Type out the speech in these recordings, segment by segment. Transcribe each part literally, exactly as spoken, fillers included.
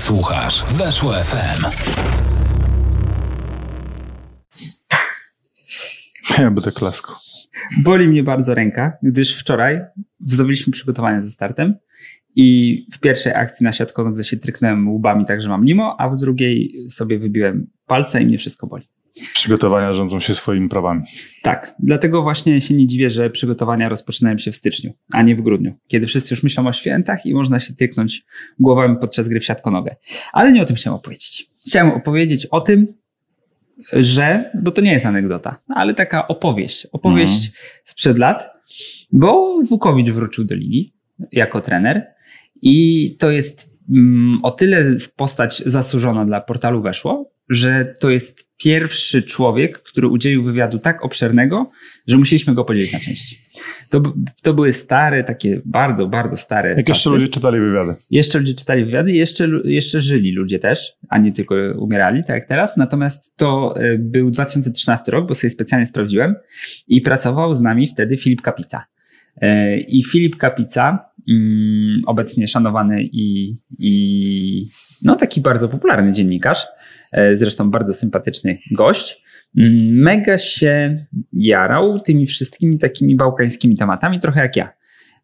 Słuchasz Weszło F M. Ja będę klaskał. Boli mnie bardzo ręka, gdyż wczoraj wznobiliśmy przygotowania ze startem i w pierwszej akcji na siatkonodze się tryknąłem łbami tak, że mam limo, a w drugiej sobie wybiłem palce i mnie wszystko boli. Przygotowania rządzą się swoimi prawami. Tak, dlatego właśnie się nie dziwię, że przygotowania rozpoczynają się w styczniu, a nie w grudniu, kiedy wszyscy już myślą o świętach i można się tyknąć głowami podczas gry w siatkonogę. Ale nie o tym chciałem opowiedzieć. Chciałem opowiedzieć o tym, że, bo to nie jest anegdota, ale taka opowieść, opowieść mm. sprzed lat, bo Wukowicz wrócił do ligi jako trener i to jest mm, o tyle postać zasłużona dla portalu Weszło, że to jest pierwszy człowiek, który udzielił wywiadu tak obszernego, że musieliśmy go podzielić na części. To, to były stare, takie bardzo, bardzo stare Jak czasy. jeszcze ludzie czytali wywiady. Jeszcze ludzie czytali wywiady, jeszcze, jeszcze żyli ludzie też, a nie tylko umierali, tak jak teraz. Natomiast to był dwa tysiące trzynasty rok, bo sobie specjalnie sprawdziłem i pracował z nami wtedy Filip Kapica. I Filip Kapica, obecnie szanowany i, i no taki bardzo popularny dziennikarz, zresztą bardzo sympatyczny gość, mega się jarał tymi wszystkimi takimi bałkańskimi tematami, trochę jak ja.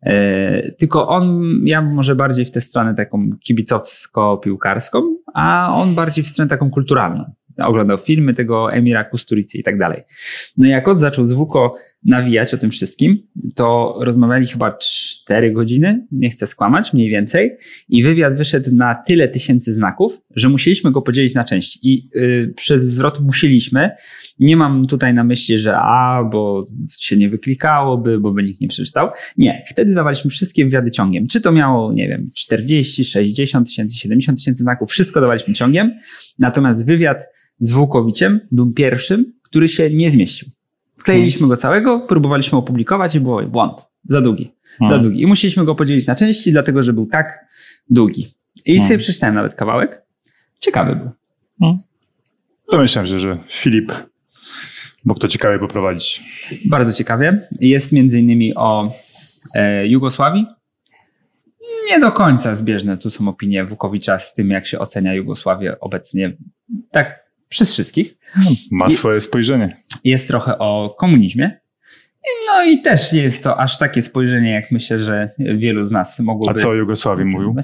Tylko on, ja może bardziej w tę stronę taką kibicowsko-piłkarską, a on bardziej w stronę taką kulturalną. Oglądał filmy tego Emira Kusturicy i tak dalej. No i jak on zaczął z Wuko nawijać o tym wszystkim, to rozmawiali chyba cztery godziny, nie chcę skłamać, mniej więcej, i wywiad wyszedł na tyle tysięcy znaków, że musieliśmy go podzielić na części i yy, przez zwrot musieliśmy. Nie mam tutaj na myśli, że a, bo się nie wyklikałoby, bo by nikt nie przeczytał. Nie, wtedy dawaliśmy wszystkie wywiady ciągiem. Czy to miało, nie wiem, czterdzieści, sześćdziesiąt tysięcy, siedemdziesiąt tysięcy znaków, wszystko dawaliśmy ciągiem, natomiast wywiad z Wukowiciem był pierwszym, który się nie zmieścił. Wkleiliśmy go całego, próbowaliśmy opublikować i było błąd. Za długi. Hmm. Za długi. I musieliśmy go podzielić na części, dlatego że był tak długi. I hmm. sobie przeczytałem nawet kawałek. Ciekawy był. Hmm. To myślałem, że, że Filip mógł to ciekawie poprowadzić. Bardzo ciekawie. Jest między innymi o e, Jugosławii. Nie do końca zbieżne tu są opinie Wukowicza z tym, jak się ocenia Jugosławię obecnie. Tak przez wszystkich. Ma swoje spojrzenie. Jest trochę o komunizmie. No i też nie jest to aż takie spojrzenie, jak myślę, że wielu z nas mogłoby... A co o Jugosławii mówił?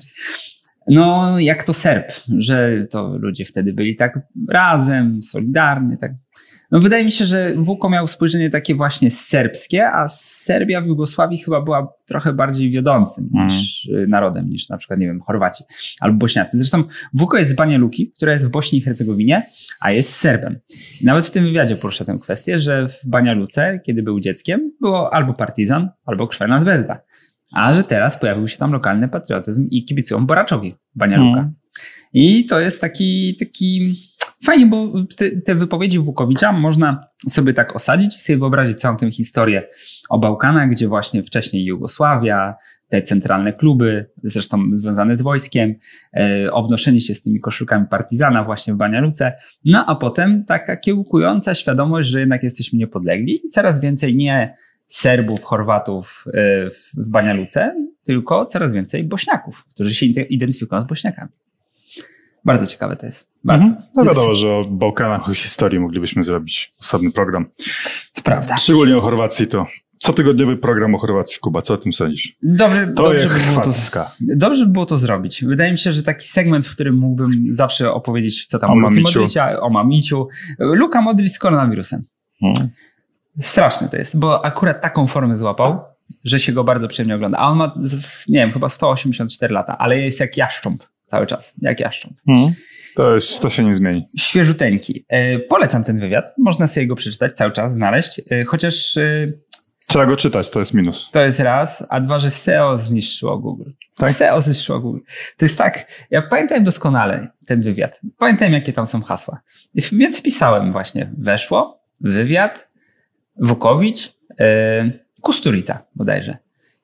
No jak to Serb, że to ludzie wtedy byli tak razem, solidarnie. Tak. No wydaje mi się, że Wuko miał spojrzenie takie właśnie serbskie, a Serbia w Jugosławii chyba była trochę bardziej wiodącym mm. niż narodem, niż na przykład, nie wiem, Chorwaci albo Bośniacy. Zresztą Wuko jest z Banja Luki, która jest w Bośni i Hercegowinie, a jest Serbem. Nawet w tym wywiadzie porusza tę kwestię, że w Banja Luce, kiedy był dzieckiem, było albo Partizan, albo Crvena Zvezda. A że teraz pojawił się tam lokalny patriotyzm i kibicują Boraczowi Banja Luka. Mm. I to jest taki... taki fajnie, bo te, te wypowiedzi Wukowicza można sobie tak osadzić i sobie wyobrazić całą tę historię o Bałkanach, gdzie właśnie wcześniej Jugosławia, te centralne kluby, zresztą związane z wojskiem, e, obnoszenie się z tymi koszulkami Partizana właśnie w Banja Luce, no a potem taka kiełkująca świadomość, że jednak jesteśmy niepodlegli i coraz więcej nie Serbów, Chorwatów e, w, w Banja Luce, tylko coraz więcej Bośniaków, którzy się identyfikują z Bośniakami. Bardzo ciekawe to jest. Bardzo. Mhm. No wiadomo, że o Bałkanach, o historii moglibyśmy zrobić osobny program. To prawda. Szczególnie o Chorwacji to cotygodniowy program o Chorwacji. Kuba, co o tym sądzisz? Dobrze, to dobrze, jest by było to, dobrze by było to zrobić. Wydaje mi się, że taki segment, w którym mógłbym zawsze opowiedzieć, co tam o Luki Modricia, o Mamiciu. Luka Modric z koronawirusem. Hmm. Straszne to jest, bo akurat taką formę złapał, że się go bardzo przyjemnie ogląda. A on ma, nie wiem, chyba sto osiemdziesiąt cztery lata, ale jest jak jaszcząb. Cały czas, jak jaszcząb. Hmm. To, jest, to się nie zmieni. Świeżuteńki. E, polecam ten wywiad. Można sobie go przeczytać, cały czas znaleźć. E, chociaż... E, Trzeba go czytać, to jest minus. To jest raz, a dwa, że S E O zniszczyło Google. Tak? S E O zniszczyło Google. To jest tak, ja pamiętam doskonale ten wywiad. Pamiętam, jakie tam są hasła. Więc wpisałem właśnie Weszło, wywiad, Wukowicz, e, Kusturica bodajże.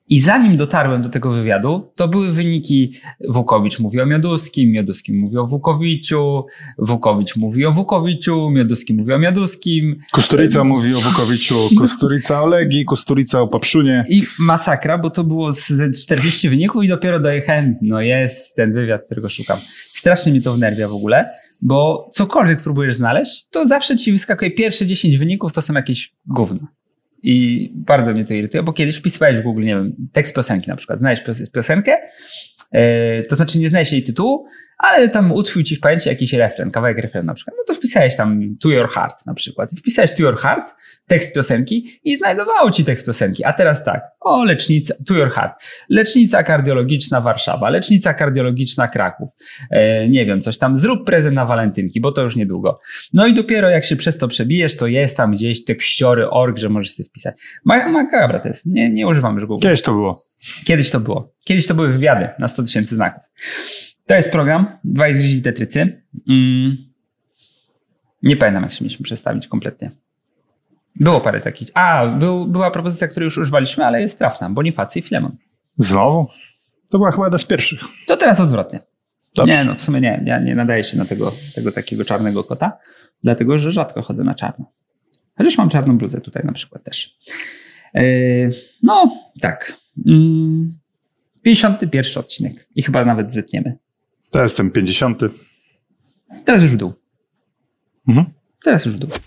I zanim dotarłem do tego wywiadu, to były wyniki Wukowicz mówi o Mioduskim, Mioduski mówi o Wukowiciu, Wukowicz mówi o Wukowiciu, Mioduski mówi o Mioduskim. Kusturica mówi o Wukowiciu, Kusturica o Legii, Kusturica o Papszunie. I masakra, bo to było z czterdziestu wyników i dopiero dojechałem, no jest ten wywiad, którego szukam. Strasznie mnie to wnerwia w ogóle, bo cokolwiek próbujesz znaleźć, to zawsze ci wyskakuje pierwsze dziesięć wyników, to są jakieś gówno. I bardzo mnie to irytuje, bo kiedyś wpisywałeś w Google, nie wiem, tekst piosenki na przykład, znajdziesz piosenkę, yy, to znaczy nie znajdziesz jej tytułu, ale tam utkwił ci w pamięci jakiś refren, kawałek refrenu na przykład, no to wpisałeś tam To Your Heart na przykład. I wpisałeś To Your Heart, tekst piosenki i znajdowało ci tekst piosenki. A teraz tak, o lecznica, To Your Heart, lecznica kardiologiczna Warszawa, lecznica kardiologiczna Kraków, e, nie wiem, coś tam, zrób prezent na walentynki, bo to już niedługo. No i dopiero jak się przez to przebijesz, to jest tam gdzieś tekściory kropka org, że możesz sobie wpisać. Makabra to jest, nie, nie używam już Google. Kiedyś to było. Kiedyś to było. Kiedyś to były wywiady na sto tysięcy znaków. To jest program, dwaj zgryźli tetrycy. Mm. Nie pamiętam, jak się mieliśmy przestawić kompletnie. Było parę takich. A, był, była propozycja, której już używaliśmy, ale jest trafna. Bonifacy i Filemon. Znowu? To była chyba jedna z pierwszych. To teraz odwrotnie. Dobrze. Nie, no w sumie nie. Ja nie nadaję się na tego, tego takiego czarnego kota, dlatego, że rzadko chodzę na czarno. Chociaż mam czarną bluzę tutaj na przykład też. Yy, no, tak. Yy, pięćdziesiąty pierwszy odcinek. I chyba nawet zetniemy. To jest ten pięćdziesiąty. Teraz już w dół. Mhm. Teraz już w dół.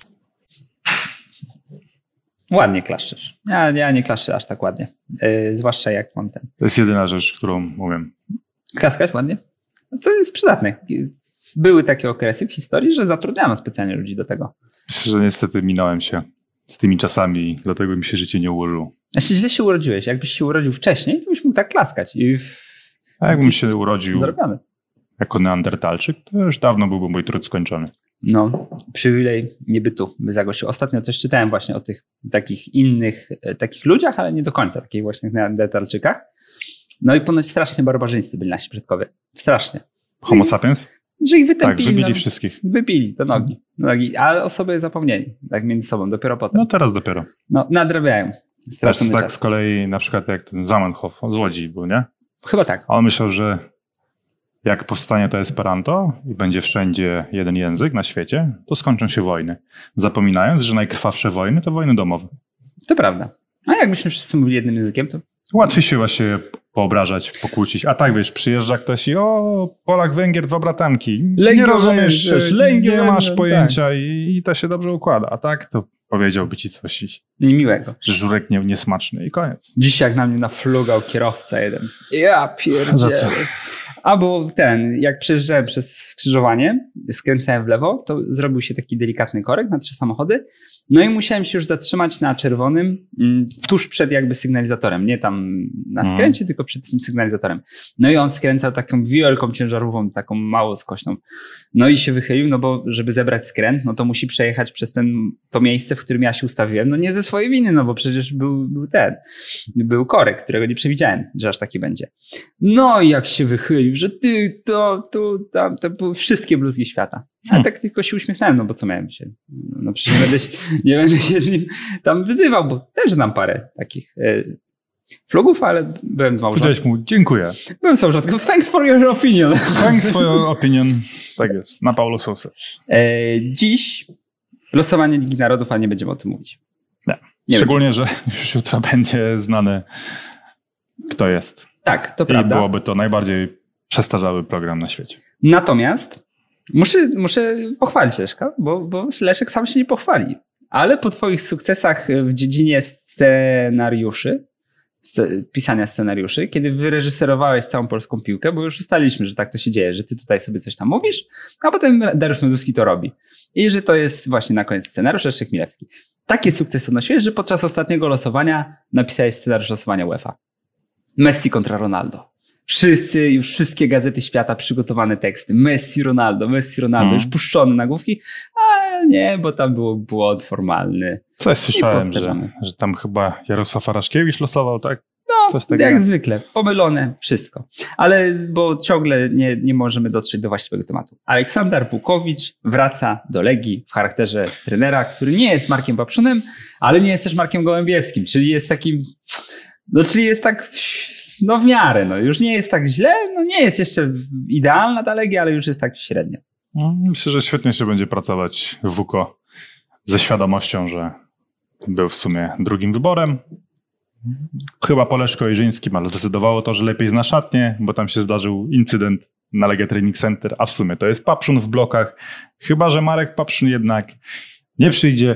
Ładnie klaszczesz. Ja, ja nie klaszczę aż tak ładnie. Yy, zwłaszcza jak mam ten. To jest jedyna rzecz, którą umiem. Klaskać ładnie? No to jest przydatne. Były takie okresy w historii, że zatrudniano specjalnie ludzi do tego. Myślę, że niestety minąłem się z tymi czasami, dlatego mi się życie nie ułożyło. A się źle się urodziłeś. Jakbyś się urodził wcześniej, to byś mógł tak klaskać. I w... A jakbym się urodził Zarobiony. jako neandertalczyk, to już dawno byłby mój trud skończony. No, przywilej niebytu by zagościł. Ostatnio coś czytałem właśnie o tych takich innych, takich ludziach, ale nie do końca, takich właśnie neandertalczykach. No i ponoć strasznie barbarzyńscy byli nasi przodkowie. Strasznie. Homo sapiens? Że ich wytępili. Tak, wybili no, wszystkich. Wypili do nogi, do nogi. A o sobie zapomnieli. Tak między sobą, dopiero potem. No teraz dopiero. No, nadrabiają. Straszny tak czas. z kolei na przykład jak ten Zamenhof z Łodzi był, nie? Chyba tak. A on myślał, że jak powstanie to Esperanto i będzie wszędzie jeden język na świecie, to skończą się wojny. Zapominając, że najkrwawsze wojny to wojny domowe. To prawda. A jakbyśmy wszyscy mówili jednym językiem, to... Łatwiej się właśnie poobrażać, pokłócić. A tak wiesz, przyjeżdża ktoś i o, Polak, Węgier, dwa bratanki. Legion, nie rozumiesz, wiesz, nie Legion, masz tak. pojęcia i, i to się dobrze układa. A tak to powiedziałby ci coś, i- Niemiłego. że żurek nie, niesmaczny i koniec. Dziś jak na mnie naflugał kierowca jeden. Ja Za co? pierdzielę. Albo ten, jak przejeżdżałem przez skrzyżowanie, skręcałem w lewo, to zrobił się taki delikatny korek na trzy samochody. No i musiałem się już zatrzymać na czerwonym, mm, tuż przed jakby sygnalizatorem. Nie tam na Mhm. skręcie, tylko przed tym sygnalizatorem. No i on skręcał taką wielką ciężarówką, taką mało skośną. No i się wychylił, no bo żeby zebrać skręt, no to musi przejechać przez ten, to miejsce, w którym ja się ustawiłem. No nie ze swojej winy, no bo przecież był, był ten, był korek, którego nie przewidziałem, że aż taki będzie. No i jak się wychylił, że ty, to, tu, tam, to były wszystkie bluzgi świata. A Hmm. tak tylko się uśmiechnąłem, no bo co miałem się, no przecież nie będę się, nie będę się z nim tam wyzywał, bo też znam parę takich e, flugów, ale byłem z małżonką. Powiedziałeś mu, dziękuję. Byłem z małżonką. Thanks for your opinion. Thanks for your opinion. Tak jest, na Paulo Sousa. E, dziś losowanie Ligi Narodów, ale nie będziemy o tym mówić. Nie. Nie Szczególnie, że już jutro będzie znany, kto jest. Tak, to I prawda. byłoby to najbardziej przestarzały program na świecie. Natomiast muszę, muszę pochwalić Leszka, bo, bo Leszek sam się nie pochwali. Ale po twoich sukcesach w dziedzinie scenariuszy, sc- pisania scenariuszy, kiedy wyreżyserowałeś całą polską piłkę, bo już ustaliliśmy, że tak to się dzieje, że ty tutaj sobie coś tam mówisz, a potem Dariusz Mioduski to robi. I że to jest właśnie na koniec scenariusz Leszek Milewski. Taki sukces odnosiłeś, że podczas ostatniego losowania napisałeś scenariusz losowania UEFA. Messi kontra Ronaldo. Wszyscy, już wszystkie gazety świata przygotowane teksty. Messi, Ronaldo, Messi, Ronaldo, Mm. już puszczone nagłówki. A nie, bo tam był błąd formalny. Coś słyszałem, że, powtarzamy. że tam chyba Jarosław Araszkiewicz losował, tak? No, Coś takiego. jak zwykle. Pomylone, wszystko. Ale, bo ciągle nie, nie możemy dotrzeć do właściwego tematu. Aleksander Wukowicz wraca do Legii w charakterze trenera, który nie jest Markiem Papszunem, ale nie jest też Markiem Gołębiewskim, czyli jest takim No czyli jest tak w, no w miarę, no już nie jest tak źle, no nie jest jeszcze idealna ta Legia, ale już jest tak średnio. Myślę, że świetnie się będzie pracować w W K O ze świadomością, że był w sumie drugim wyborem. Chyba Poleszko i Żyńskim, ale zdecydowało to, że lepiej zna szatnię, bo tam się zdarzył incydent na Legia Training Center, a w sumie to jest Papszun w blokach. Chyba że Marek Papszun jednak nie przyjdzie.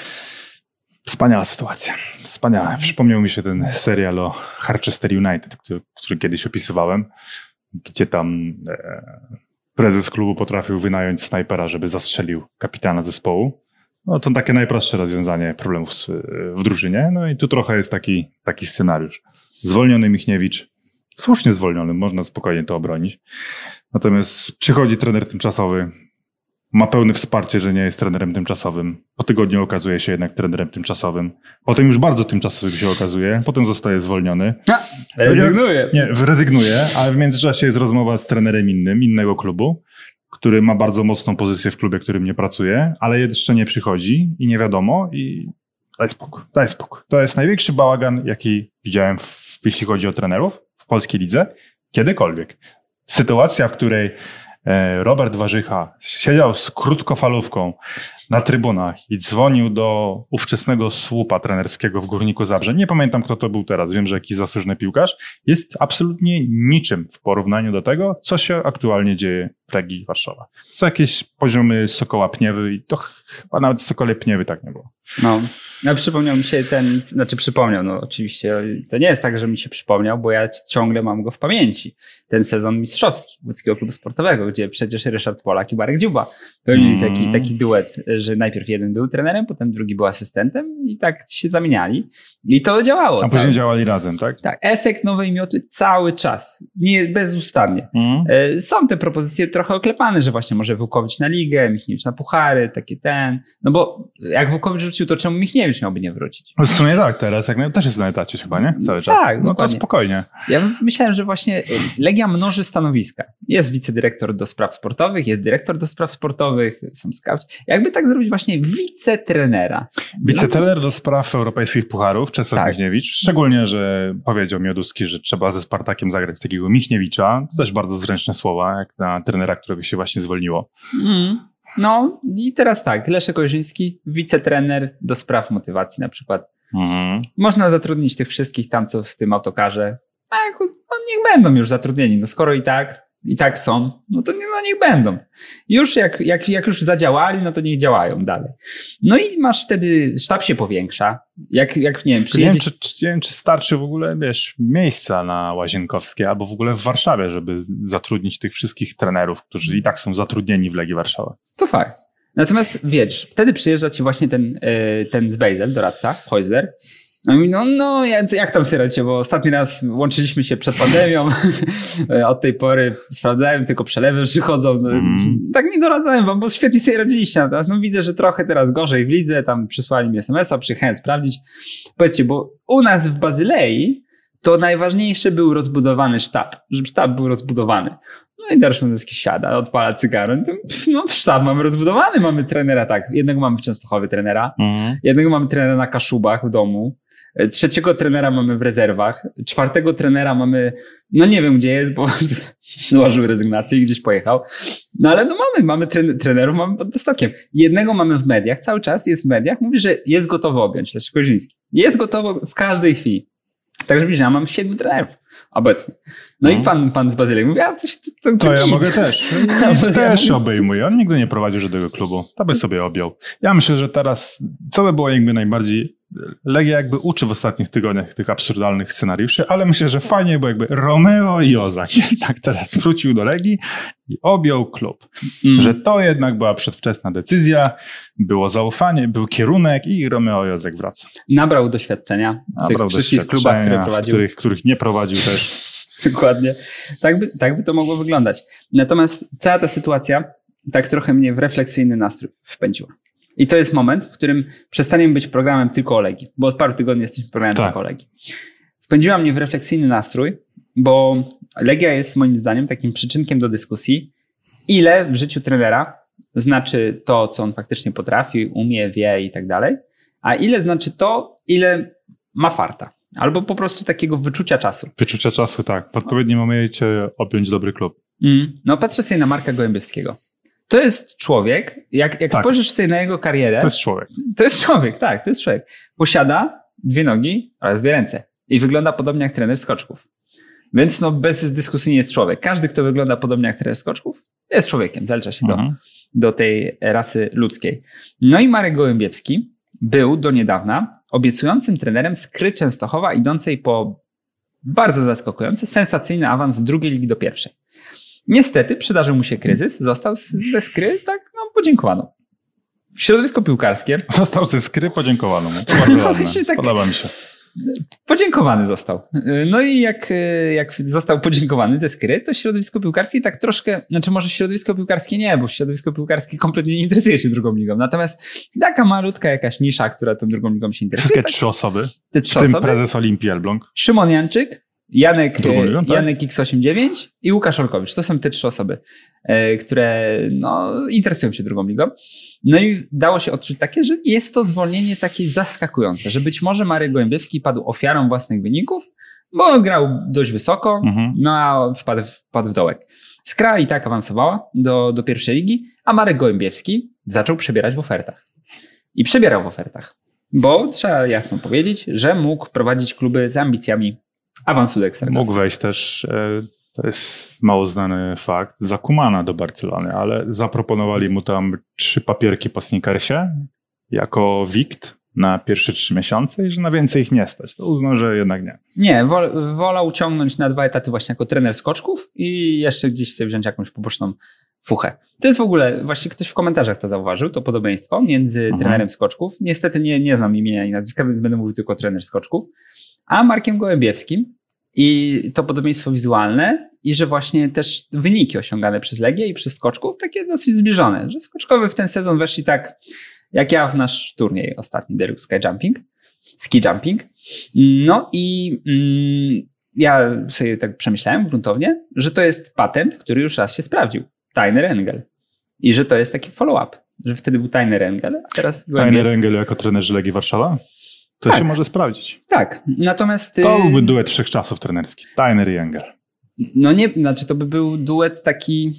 Wspaniała sytuacja. Wspaniała. Przypomniał mi się ten serial o Harchester United, który, który kiedyś opisywałem, gdzie tam e, prezes klubu potrafił wynająć snajpera, żeby zastrzelił kapitana zespołu. No to takie najprostsze rozwiązanie problemów w drużynie. No i tu trochę jest taki, taki scenariusz. Zwolniony Michniewicz, słusznie zwolniony, można spokojnie to obronić. Natomiast przychodzi trener tymczasowy, ma pełne wsparcie, że nie jest trenerem tymczasowym. Po tygodniu okazuje się jednak trenerem tymczasowym. Potem już bardzo tymczasowym się okazuje. Potem zostaje zwolniony. A, rezygnuje. Nie, rezygnuje, ale w międzyczasie jest rozmowa z trenerem innym, innego klubu, który ma bardzo mocną pozycję w klubie, którym nie pracuje, ale jeszcze nie przychodzi i nie wiadomo i daj spokój, daj spokój. To jest największy bałagan, jaki widziałem, w, jeśli chodzi o trenerów w polskiej lidze, kiedykolwiek. Sytuacja, w której Robert Warzycha siedział z krótkofalówką na trybunach i dzwonił do ówczesnego słupa trenerskiego w Górniku Zabrze. Nie pamiętam, kto to był teraz, wiem, że jakiś zasłużony piłkarz. Jest absolutnie niczym w porównaniu do tego, co się aktualnie dzieje w Legii Warszawa. Są jakieś poziomy Sokoła Pniewy i to chyba nawet w Sokole Pniewy tak nie było. No, no przypomniał mi się ten, znaczy przypomniał, no oczywiście to nie jest tak, że mi się przypomniał, bo ja ciągle mam go w pamięci. Ten sezon mistrzowski Łódzkiego Klubu Sportowego, gdzie przecież Ryszard Polak i Marek Dziuba pełnili mm. taki, taki duet, że najpierw jeden był trenerem, potem drugi był asystentem i tak się zamieniali i to działało. A później działali razem, tak? Tak, efekt nowej mioty cały czas, nie bezustannie. Mm. Są te propozycje trochę oklepane, że właśnie może Włókowicz na ligę, Michniewicz na puchary, takie ten, no bo jak Włókowicz rzucił, to czemu Michniewicz miałby nie wrócić? W sumie tak, teraz jak też jest na etacie chyba, nie? Cały czas. Tak, no dokładnie. To spokojnie. Ja myślałem, że właśnie Legia mnoży stanowiska. Jest wicedyrektor do spraw sportowych, jest dyrektor do spraw sportowych, są skauci. Jakby tak zrobić właśnie wicetrenera. Wicetrener do spraw europejskich pucharów, Czesław tak. Michniewicz. Szczególnie, że powiedział Mioduski, że trzeba ze Spartakiem zagrać takiego Michniewicza. To też bardzo zręczne słowa, jak na trenera, którego się właśnie zwolniło. Mm. No i teraz tak, Leszek Ojrzyński, wicetrener do spraw motywacji na przykład. Mhm. Można zatrudnić tych wszystkich tam, co w tym autokarze. Tak, no niech będą już zatrudnieni. No skoro i tak, i tak są, no to no niech będą. Już jak, jak, jak już zadziałali, no to niech działają dalej. No i masz wtedy, sztab się powiększa. Jak, jak nie wiem, przyjedzie... nie, wiem, czy, czy, nie wiem, czy starczy w ogóle, wiesz, miejsca na Łazienkowskie albo w ogóle w Warszawie, żeby zatrudnić tych wszystkich trenerów, którzy i tak są zatrudnieni w Legii Warszawa. To fakt. Natomiast wiesz, wtedy przyjeżdża ci właśnie ten, ten Zbejzel, doradca, Heusler. No i no, no jak tam sobie radzicie, bo ostatni raz łączyliśmy się przed pandemią, od tej pory sprawdzałem, tylko przelewy przychodzą, no, mm. tak nie doradzałem wam, bo świetnie sobie radziliście, natomiast no widzę, że trochę teraz gorzej w lidze, tam przysłali mi es em es a, przyjechałem sprawdzić. Powiedzcie, bo u nas w Bazylei to najważniejszy był rozbudowany sztab, żeby sztab był rozbudowany. No i Dariusz Mioduski siada, odpala cygaro. No sztab mamy rozbudowany, mamy trenera tak, jednego mamy w Częstochowie trenera, mm. jednego mamy trenera na Kaszubach w domu, trzeciego trenera mamy w rezerwach, czwartego trenera mamy, no nie wiem gdzie jest, bo złożył rezygnację i gdzieś pojechał. No ale no mamy, mamy trenerów, mamy pod dostatkiem. Jednego mamy w mediach, cały czas jest w mediach, mówi, że jest gotowy objąć, Leszek Ojrzyński. Jest gotowy w każdej chwili. Także widzisz, ja mam siedmiu trenerów obecnie. No mm. i pan, pan z Bazylei mówi, a to, to, to, to ja mogę też. Ja też obejmuję. On nigdy nie prowadził żadnego klubu. To by sobie objął. Ja myślę, że teraz, co by było jakby najbardziej, Legia jakby uczy w ostatnich tygodniach tych absurdalnych scenariuszy, ale myślę, że fajnie, bo jakby Romeo i Ozak tak teraz wrócił do Legii i objął klub. Mm. Że to jednak była przedwczesna decyzja, było zaufanie, był kierunek i Romeo i Ozak wraca. Nabrał doświadczenia w tych Nabrał wszystkich klubach, które prowadził. W których, których nie prowadził też. Dokładnie. Tak by, tak by to mogło wyglądać. Natomiast cała ta sytuacja tak trochę mnie w refleksyjny nastrój wpędziła. I to jest moment, w którym przestaniemy być programem tylko o Legii, bo od paru tygodni jesteśmy programem tak. tylko o Legii. Wpędziła mnie w refleksyjny nastrój, bo Legia jest moim zdaniem takim przyczynkiem do dyskusji, ile w życiu trenera znaczy to, co on faktycznie potrafi, umie, wie i tak dalej, a ile znaczy to, ile ma farta. Albo po prostu takiego wyczucia czasu. Wyczucia czasu, tak. W odpowiednim momencie objąć dobry klub. Mm. No patrzę sobie na Marka Gołębiewskiego. To jest człowiek, jak, jak tak. spojrzysz sobie na jego karierę... To jest człowiek. To jest człowiek, tak, to jest człowiek. Posiada dwie nogi oraz dwie ręce. I wygląda podobnie jak trener skoczków. Więc no bez dyskusji nie jest człowiek. Każdy, kto wygląda podobnie jak trener skoczków, jest człowiekiem. Zalicza się mhm. do, do tej rasy ludzkiej. No i Marek Gołębiewski był do niedawna obiecującym trenerem Skry Częstochowa, idącej po bardzo zaskakujący, sensacyjny awans z drugiej ligi do pierwszej. Niestety przydarzył mu się kryzys, został ze Skry, tak, no podziękowano. Środowisko piłkarskie. Został ze Skry, podziękowano mu. To bardzo no, ładne. Tak, podoba mi się. Podziękowany został. No i jak, jak został podziękowany ze Skry, to środowisko piłkarskie tak troszkę, znaczy może środowisko piłkarskie nie, bo środowisko piłkarskie kompletnie nie interesuje się drugą ligą. Natomiast taka malutka jakaś nisza, która tą drugą ligą się interesuje. Wszystkie tak, trzy osoby. Te trzy w tym osoby. prezes Olimpii Elbląg. Szymon Janczyk, Janek, ligą, tak? Janek X osiemdziesiąt dziewięć i Łukasz Olkowicz. To są te trzy osoby, które no, interesują się drugą ligą. No i dało się odczuć takie, że jest to zwolnienie takie zaskakujące, że być może Marek Gołębiewski padł ofiarą własnych wyników, bo grał dość wysoko, mhm. no a wpadł, wpadł w dołek. Skra i tak awansowała do, do pierwszej ligi, a Marek Gołębiewski zaczął przebierać w ofertach. I przebierał w ofertach, bo trzeba jasno powiedzieć, że mógł prowadzić kluby z ambicjami awansu do Ekstraklasy. Mógł wejść też, to jest mało znany fakt, za Kumana do Barcelony, ale zaproponowali mu tam trzy papierki po sneakersie jako wikt na pierwsze trzy miesiące i że na więcej ich nie stać. To uznał, że jednak nie. Nie, wol, wolał ciągnąć na dwa etaty właśnie jako trener skoczków i jeszcze gdzieś sobie wziąć jakąś poboczną fuchę. To jest w ogóle, właśnie ktoś w komentarzach to zauważył, to podobieństwo między mhm. trenerem skoczków. Niestety nie, nie znam imienia i nazwiska, więc będę mówił tylko trener skoczków, a Markiem Gołębiewskim i to podobieństwo wizualne i że właśnie też wyniki osiągane przez Legię i przez skoczków takie dosyć zbliżone, że skoczkowy w ten sezon weszli tak jak ja w nasz turniej ostatni, Deluxe Sky Jumping, Ski Jumping. No i mm, ja sobie tak przemyślałem gruntownie, że to jest patent, który już raz się sprawdził. Tajny Rengel. I że to jest taki follow-up, że wtedy był Tajny Rengel, a teraz Tajny Rengel jako trenerzy Legii Warszawa? To tak. się może sprawdzić. Tak, natomiast... To byłby duet wszechczasów trenerskich. Tajny Rengel. No nie, znaczy to by był duet taki...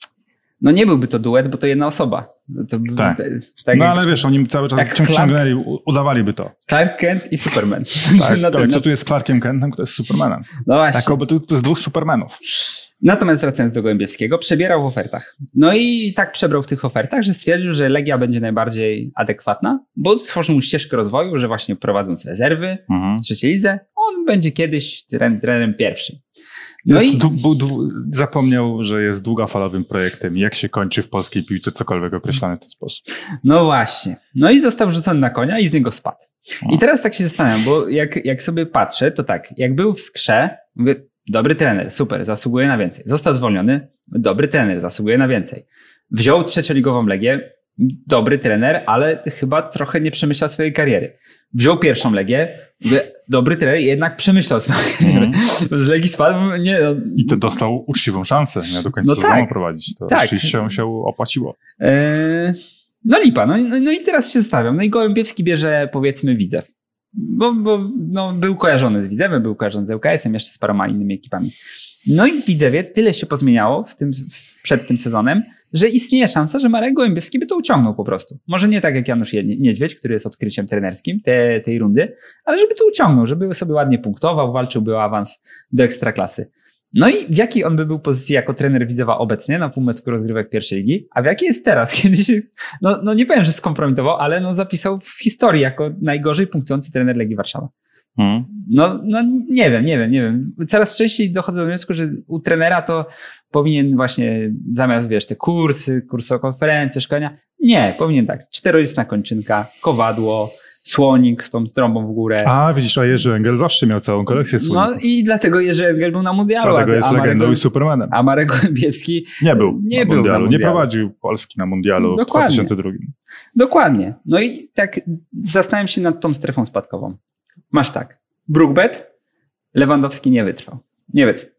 No nie byłby to duet, bo to jedna osoba. To by, tak. tak. tak no jak, ale wiesz, oni cały czas ciąg, ciągnęli, udawaliby to. Clark Kent i Superman. tak, no kto tu jest Clarkiem Kentem, kto jest Supermanem. No właśnie. Tak, to, to jest dwóch Supermanów. Natomiast wracając do Gołębiewskiego, przebierał w ofertach. No i tak przebrał w tych ofertach, że stwierdził, że Legia będzie najbardziej adekwatna, bo stworzył mu ścieżkę rozwoju, że właśnie prowadząc rezerwy mhm. w trzeciej lidze, on będzie kiedyś trenerem pierwszym. No jest i du, du, zapomniał, że jest długofalowym projektem. Jak się kończy w polskiej piłce cokolwiek określane w ten sposób. No właśnie. No i został rzucony na konia i z niego spadł. O. I teraz tak się zastanawiam, bo jak, jak sobie patrzę, to tak, jak był w Skrze, mówię, dobry trener, super, zasługuje na więcej. Został zwolniony, dobry trener, zasługuje na więcej. Wziął trzecioligową Legię, dobry trener, ale chyba trochę nie przemyślał swojej kariery. Wziął pierwszą Legię, dobry trener, jednak przemyślał swoją karierę. Mm. Z Legii spadł, nie. I to dostał uczciwą szansę, nie do końca no sezonu tak, prowadzić. To tak. rzeczywiście się, się opłaciło. Eee, no lipa, no, no, no i teraz się stawiam. No i Gołębiewski bierze, powiedzmy, Widzew. Bo, bo no, był kojarzony z Widzewem, był kojarzony z L K S-em, jeszcze z paroma innymi ekipami. No i w Widzewie tyle się pozmieniało w tym, w, przed tym sezonem, że istnieje szansa, że Marek Gołębiewski by to uciągnął po prostu. Może nie tak jak Janusz Niedźwiedź, który jest odkryciem trenerskim te, tej rundy, ale żeby to uciągnął, żeby sobie ładnie punktował, walczyłby o awans do Ekstraklasy. No i w jakiej on by był pozycji jako trener Widzewa obecnie na półmetku rozgrywek pierwszej ligi, a w jakiej jest teraz, kiedy się, no, no nie powiem, że skompromitował, ale no zapisał w historii jako najgorzej punktujący trener Legii Warszawa. Hmm. No, no nie wiem, nie wiem, nie wiem. Coraz częściej dochodzę do wniosku, że u trenera to powinien właśnie zamiast, wiesz, te kursy, kursokonferencje, szkolenia, nie, powinien tak, czterolistna kończynka, kowadło, słonik z tą trąbą w górę. A, widzisz, a Jerzy Engel zawsze miał całą kolekcję słoników. No i dlatego Jerzy Engel był na mundialu. Dlatego jest a legendą Marek, i Supermanem. A Marek Gołębiewski nie był, nie na, był mundialu. na mundialu. Nie prowadził Polski na mundialu Dokładnie. w dwa tysiące drugim. Dokładnie. No i tak zastanawiam się nad tą strefą spadkową. Masz tak, Brookbet, Lewandowski nie wytrwał. Nie wytrwał.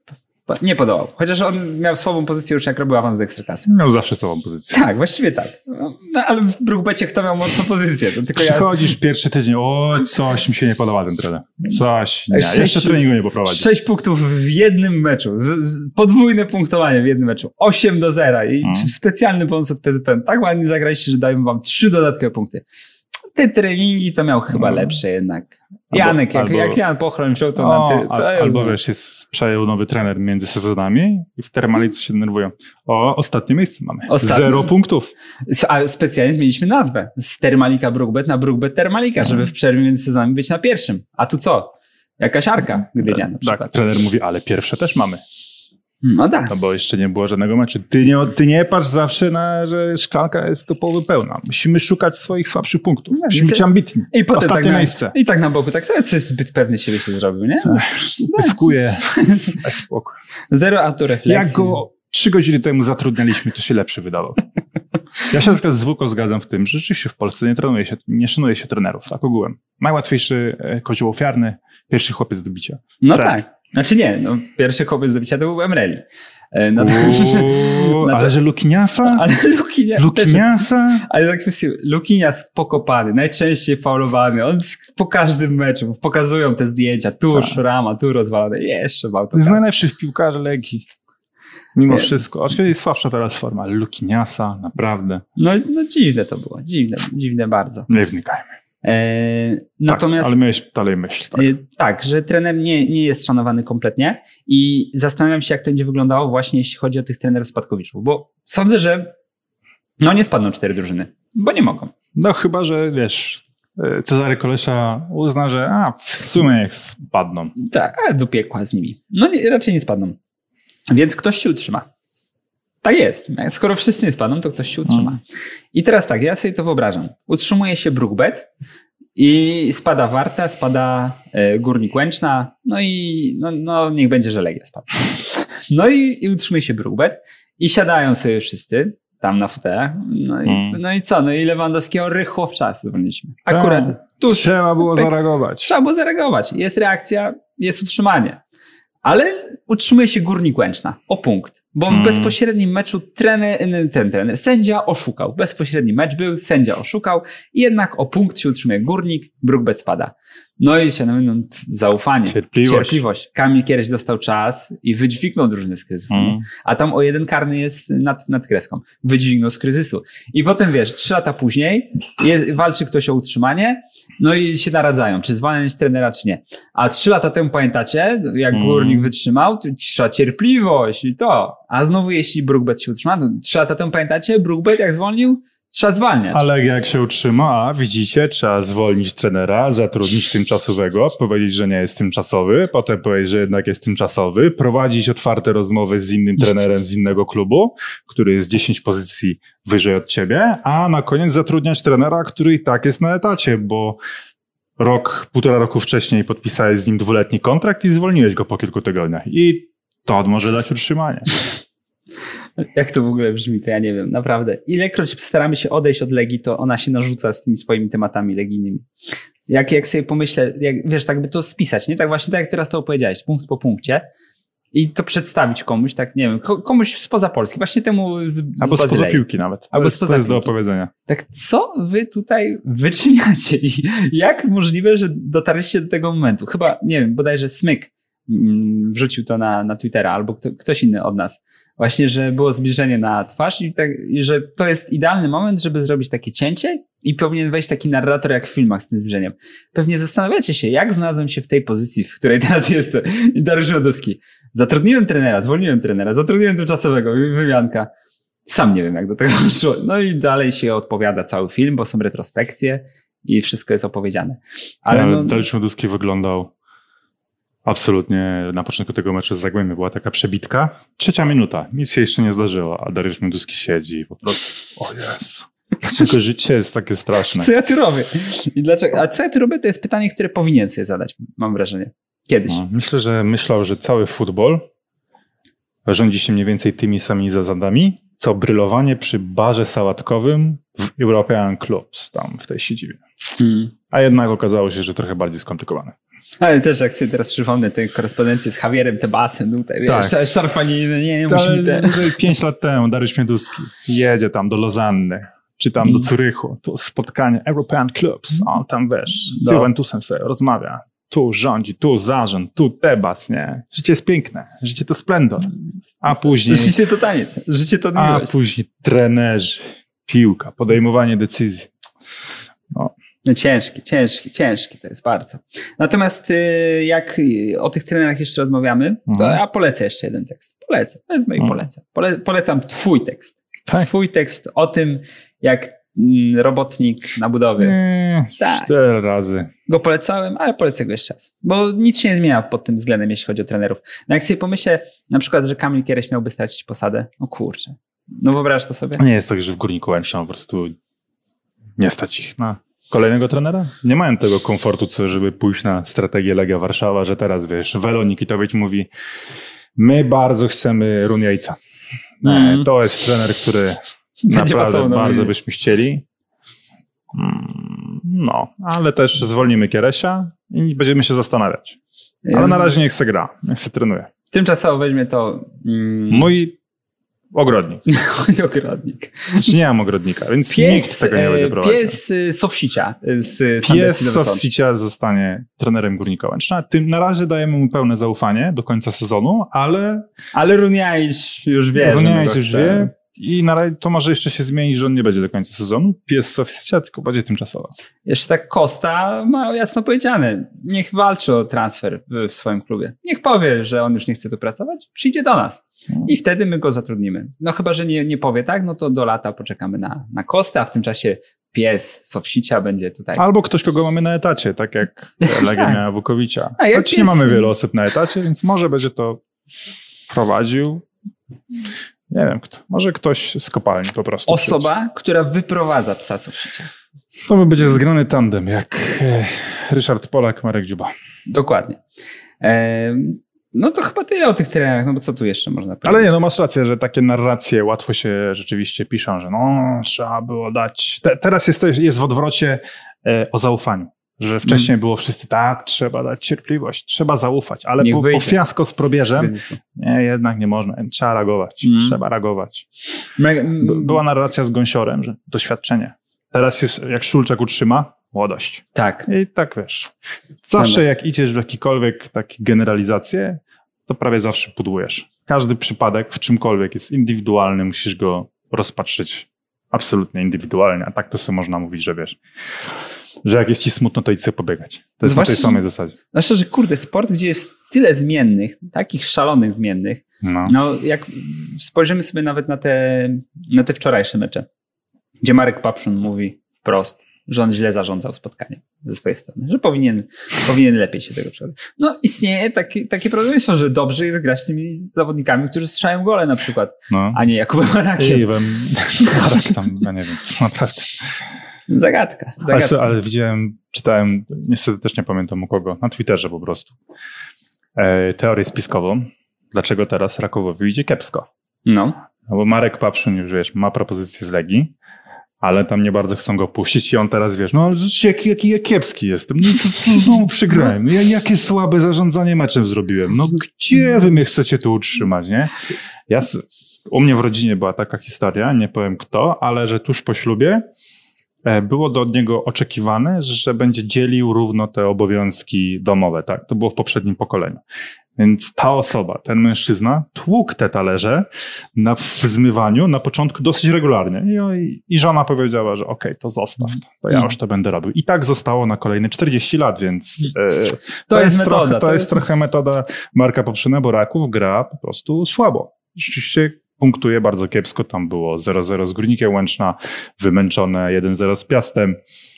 Nie podołał. Chociaż on miał słabą pozycję już jak robił awans do Ekstraklasy. Miał zawsze słabą pozycję. Tak, właściwie tak. No, ale w Brugbecie kto miał mocną pozycję? To tylko Przychodzisz ja... pierwszy tydzień, o coś mi się nie podoba ten trener. Coś, nie, Sześć, jeszcze treningu nie poprowadzi. Sześć punktów w jednym meczu. Z, z, podwójne punktowanie w jednym meczu. osiem do zera i hmm. specjalny bonus od P Z P N. Tak ładnie zagraliście, że dają wam trzy dodatkowe punkty. Te treningi to miał chyba hmm. lepsze jednak. Janek, jak, albo, jak Jan Pochron wziął to o, na ty. To al, ja albo wiesz, jest, przejął nowy trener między sezonami i w Termalicy się denerwują. O, ostatnie miejsce mamy. Ostatnie. Zero punktów. A specjalnie zmieniliśmy nazwę. Z Termalika Brugbet na Brugbet Termalika, hmm. żeby w przerwie między sezonami być na pierwszym. A tu co? Jakaś Arka Gdynia na przykład. Tak, trener mówi, ale pierwsze też mamy. No tak. No bo jeszcze nie było żadnego meczu. Ty nie, ty nie patrz zawsze na, że szklanka jest do połowy pełna. Musimy szukać swoich słabszych punktów. No, Musimy być ambitni. I potem ostatnie tak na, miejsce. I tak na boku. Tak, to coś zbyt pewny siebie się zrobił, nie? Pyskuje. Daj spokój. Zero autorefleksji. Jak go trzy godziny temu zatrudnialiśmy, to się lepszy wydawał. Ja się na przykład z Wuko zgadzam w tym, że rzeczywiście w Polsce nie trenuje się, nie szanuje się trenerów, tak ogółem. Najłatwiejszy kozioł ofiarny, pierwszy chłopiec do bicia. No tak. tak. Znaczy nie, no, pierwszy chłopiec do bicia to był Emreli. No to, Uuu, no to, ale że Lukiniasa? Ale Lukinia, Lukiniasa? Ale tak myślę, Lukinias pokopany, najczęściej faulowany. On po każdym meczu pokazują te zdjęcia. Tu tak. Szrama, tu rozwalone. Jeszcze bał to. Z najlepszych piłkarzy Legii. Mimo nie. wszystko. Aczkolwiek jest słabsza teraz forma. Ale Lukiniasa, naprawdę. No, no dziwne to było. Dziwne, dziwne bardzo. Nie wnikajmy. E, natomiast, tak, ale miałeś dalej myśl. Tak, e, tak że trener nie, nie jest szanowany kompletnie i zastanawiam się, jak to będzie wyglądało właśnie, jeśli chodzi o tych trenerów spadkowiczów, bo sądzę, że no nie spadną cztery drużyny, bo nie mogą. No chyba, że wiesz, Cezary Kolesza uzna, że a, w sumie jak spadną. Tak, ale do piekła z nimi. No nie, raczej nie spadną. Więc ktoś się utrzyma. Tak jest. Skoro wszyscy nie spadną, to ktoś się utrzyma. Mm. I teraz tak, ja sobie to wyobrażam. Utrzymuje się Brugbet i spada Warta, spada e, Górnik Łęczna, no i no, no niech będzie, że Legia spadła. No i, i utrzymuje się Brugbet i siadają sobie wszyscy tam na fotelach. No i, mm. no i co? No i Lewandowskiego rychło w czas zwolniliśmy. Akurat tak, tuż. Trzeba było tak, zareagować. Trzeba było zareagować. Jest reakcja, jest utrzymanie. Ale utrzymuje się Górnik Łęczna o punkt. Bo w hmm. bezpośrednim meczu trener, ten trener, sędzia oszukał. Bezpośredni mecz był, sędzia oszukał. I jednak o punkt się utrzymuje Górnik, Brugbet spada. No i się no, zaufanie, cierpliwość. cierpliwość. Kamil kiedyś dostał czas i wydźwignął drużynę z kryzysu. Hmm. A tam o jeden karny jest nad, nad kreską. Wydźwignął z kryzysu. I potem wiesz, trzy lata później jest, walczy ktoś o utrzymanie, no i się naradzają, czy zwalniać trenera, czy nie. A trzy lata temu pamiętacie, jak hmm. Górnik wytrzymał, to trzeba cierpliwość i to. A znowu jeśli Brugbet się utrzyma, to trzy lata temu pamiętacie, Brugbet jak zwolnił, trzeba zwalniać. Ale jak się utrzyma, widzicie, trzeba zwolnić trenera, zatrudnić tymczasowego, powiedzieć, że nie jest tymczasowy, potem powiedzieć, że jednak jest tymczasowy, prowadzić otwarte rozmowy z innym trenerem z innego klubu, który jest dziesięć pozycji wyżej od ciebie, a na koniec zatrudniać trenera, który i tak jest na etacie, bo rok, półtora roku wcześniej podpisałeś z nim dwuletni kontrakt i zwolniłeś go po kilku tygodniach. I to może dać utrzymanie. Jak to w ogóle brzmi, to ja nie wiem, naprawdę. Ilekroć staramy się odejść od Legii, to ona się narzuca z tymi swoimi tematami legijnymi. Jak, jak sobie pomyślę, jak, wiesz, tak by to spisać, nie? Tak właśnie tak jak teraz to opowiedziałeś, punkt po punkcie i to przedstawić komuś, tak nie wiem, komuś spoza Polski, właśnie temu z, Albo z spoza piłki nawet. To Albo jest, spoza to jest piłki. do opowiedzenia. Tak co wy tutaj wyczyniacie i jak możliwe, że dotarliście do tego momentu? Chyba, nie wiem, bodajże Smyk mm, wrzucił to na, na Twittera albo kto, ktoś inny od nas. Właśnie, że było zbliżenie na twarz i, tak, i że to jest idealny moment, żeby zrobić takie cięcie i powinien wejść taki narrator jak w filmach z tym zbliżeniem. Pewnie zastanawiacie się, jak znalazłem się w tej pozycji, w której teraz jestem. I Dariusz Rodowski. Zatrudniłem trenera, zwolniłem trenera, zatrudniłem tymczasowego, wymianka. Sam nie wiem, jak do tego doszło. No i dalej się odpowiada cały film, bo są retrospekcje i wszystko jest opowiedziane. Ale ja, no, Dariusz Rodowski wyglądał absolutnie na początku tego meczu z Zagłębiem była taka przebitka. Trzecia minuta. Nic się jeszcze nie zdarzyło, a Dariusz Mioduski siedzi i po prostu o Jezu. Dlaczego życie jest takie straszne? Co ja tu robię? I dlaczego? A co ja tu robię, to jest pytanie, które powinien sobie zadać, mam wrażenie. Kiedyś. No, myślę, że myślał, że cały futbol rządzi się mniej więcej tymi samymi zasadami, co brylowanie przy barze sałatkowym w European Clubs, tam w tej siedzibie. Hmm. A jednak okazało się, że trochę bardziej skomplikowane. Ale też jak sobie teraz przypomnę tę korespondencję z Javierem Tebasem tutaj, wiesz, Tak. szarpaniny, nie, nie musi te... Pięć lat temu Dariusz Mioduski jedzie tam do Lozanny, czy tam do Zurychu, tu spotkanie European Clubs, on tam wiesz, z No. Juventusem sobie rozmawia. Tu rządzi, tu zarząd, tu Tebas, nie? Życie jest piękne, życie to splendor. A później... Życie to taniec, życie to A miłość. później trenerzy, piłka, podejmowanie decyzji. No. No ciężki, ciężki, ciężki to jest bardzo. Natomiast y, jak y, o tych trenerach jeszcze rozmawiamy, to Mhm. ja polecę jeszcze jeden tekst. Polecę, wezmę i Mhm. polecę. Pole, polecam twój tekst. Tak. Twój tekst o tym, jak mm, robotnik na budowie. Nie, Tak. cztery razy. Go polecałem, ale polecę go jeszcze raz. Bo nic się nie zmienia pod tym względem, jeśli chodzi o trenerów. No jak sobie pomyślę, na przykład, że Kamil Kiereś miałby stracić posadę, no kurczę. No wyobraź to sobie. Nie jest tak, że w Górniku Łęczna po prostu nie stać ich na kolejnego trenera. Nie mają tego komfortu, co żeby pójść na strategię Legia Warszawa, że teraz wiesz, Welo Nikitowicz mówi, my bardzo chcemy Runiejca. Mm. To jest trener, który Będzie naprawdę pasował na bardzo mnie. byśmy chcieli. Mm, No, ale też zwolnimy Kieresia i będziemy się zastanawiać. Ale na razie niech se gra, niech se trenuje. Tymczasowo weźmie to mm, Mój ogrodnik. mój ogrodnik. Znaczy nie mam ogrodnika, więc nikt tego nie będzie e, prowadził. Pies y, Sowsicia z Sandecji Pies Leveson. Sofsicia zostanie trenerem Górnika Łęczna. Tym na razie dajemy mu pełne zaufanie do końca sezonu, ale Ale Runiaić już wie, że my Runiajs go już chcemy. wie i na razie to może jeszcze się zmienić, że on nie będzie do końca sezonu. Pies Sofsicia tylko będzie tymczasowo. Jeszcze tak Costa ma jasno powiedziane. Niech walczy o transfer w, w swoim klubie. Niech powie, że on już nie chce tu pracować. Przyjdzie do nas. I wtedy my go zatrudnimy. No chyba, że nie, nie powie tak, no to do lata poczekamy na, na Costa, a w tym czasie pies Sowsicia będzie tutaj. Albo ktoś, kogo mamy na etacie, tak jak Legia Tak. miała Wukowicza. A jak Choć nie pies- mamy wielu osób na etacie, więc może będzie to prowadził. Nie wiem kto. Może ktoś z kopalni po prostu. Osoba, która wyprowadza psa Sowsicia. To by będzie zgrany tandem, jak e, Ryszard Polak, Marek Dziuba. Dokładnie. Ehm, no to chyba tyle o tych trenerach, no bo co tu jeszcze można powiedzieć? Ale nie, no masz rację, że takie narracje łatwo się rzeczywiście piszą, że no trzeba było dać... Te, teraz jest, jest w odwrocie e, o zaufaniu. Że wcześniej Mm. było wszyscy tak, trzeba dać cierpliwość, trzeba zaufać, ale Niech po, po wyjdzie fiasko z probierzem Kryzysu. nie, jednak nie można. Trzeba reagować, Mm. trzeba reagować. Mega- B- była narracja z Gąsiorem, że doświadczenie. Teraz jest, jak Szulczak utrzyma, młodość. Tak. I tak wiesz, zawsze jak idziesz w jakikolwiek takie generalizacje, to prawie zawsze pudłujesz. Każdy przypadek w czymkolwiek jest indywidualny, musisz go rozpatrzyć absolutnie indywidualnie, a tak to sobie można mówić, że wiesz, że jak jest ci smutno, to idź sobie pobiegać. To jest Zwłaszcza- na tej samej zasadzie. Zwłaszcza, że kurde, sport, gdzie jest tyle zmiennych, takich szalonych zmiennych, No. no jak spojrzymy sobie nawet na te, na te wczorajsze mecze, gdzie Marek Papszun mówi wprost, że on źle zarządzał spotkaniem ze swojej strony, że powinien, powinien lepiej się tego przygotować. No istnieje taki, takie prawdopodobieństwo, że dobrze jest grać tymi zawodnikami, którzy strzelają gole na przykład, No. a nie Jakubem Arakiem. I wem, Marek tam, ja nie wiem, to naprawdę. Zagadka. Ale, zagadka. ale widziałem, czytałem, niestety też nie pamiętam u kogo, na Twitterze po prostu, e, teorię spiskową, dlaczego teraz Rakowowi idzie kiepsko. No. No bo Marek Papszun już, wiesz, ma propozycję z Legii, ale tam nie bardzo chcą go puścić i on teraz, wiesz, no ale zobaczcie, jaki, jaki ja kiepski jestem. No to, to znowu przegrałem. Ja jakie słabe zarządzanie meczem zrobiłem. No gdzie wy mnie chcecie tu utrzymać, nie? Ja, s- u mnie w rodzinie była taka historia, nie powiem kto, ale że tuż po ślubie e, było do niego oczekiwane, że będzie dzielił równo te obowiązki domowe, tak? To było w poprzednim pokoleniu. Więc ta osoba, ten mężczyzna, tłukł te talerze na, w zmywaniu na początku dosyć regularnie. I, i żona powiedziała, że okej, to zostaw, to, to ja już to będę robił. I tak zostało na kolejne czterdzieści lat, więc e, to, To jest metoda, Trochę, to, to jest, jest- trochę metoda Marka Popszyna, bo Raków gra po prostu słabo. Rzeczywiście punktuje bardzo kiepsko. Tam było zero zero z Górnikiem Łęczna, wymęczone jeden zero z Piastem,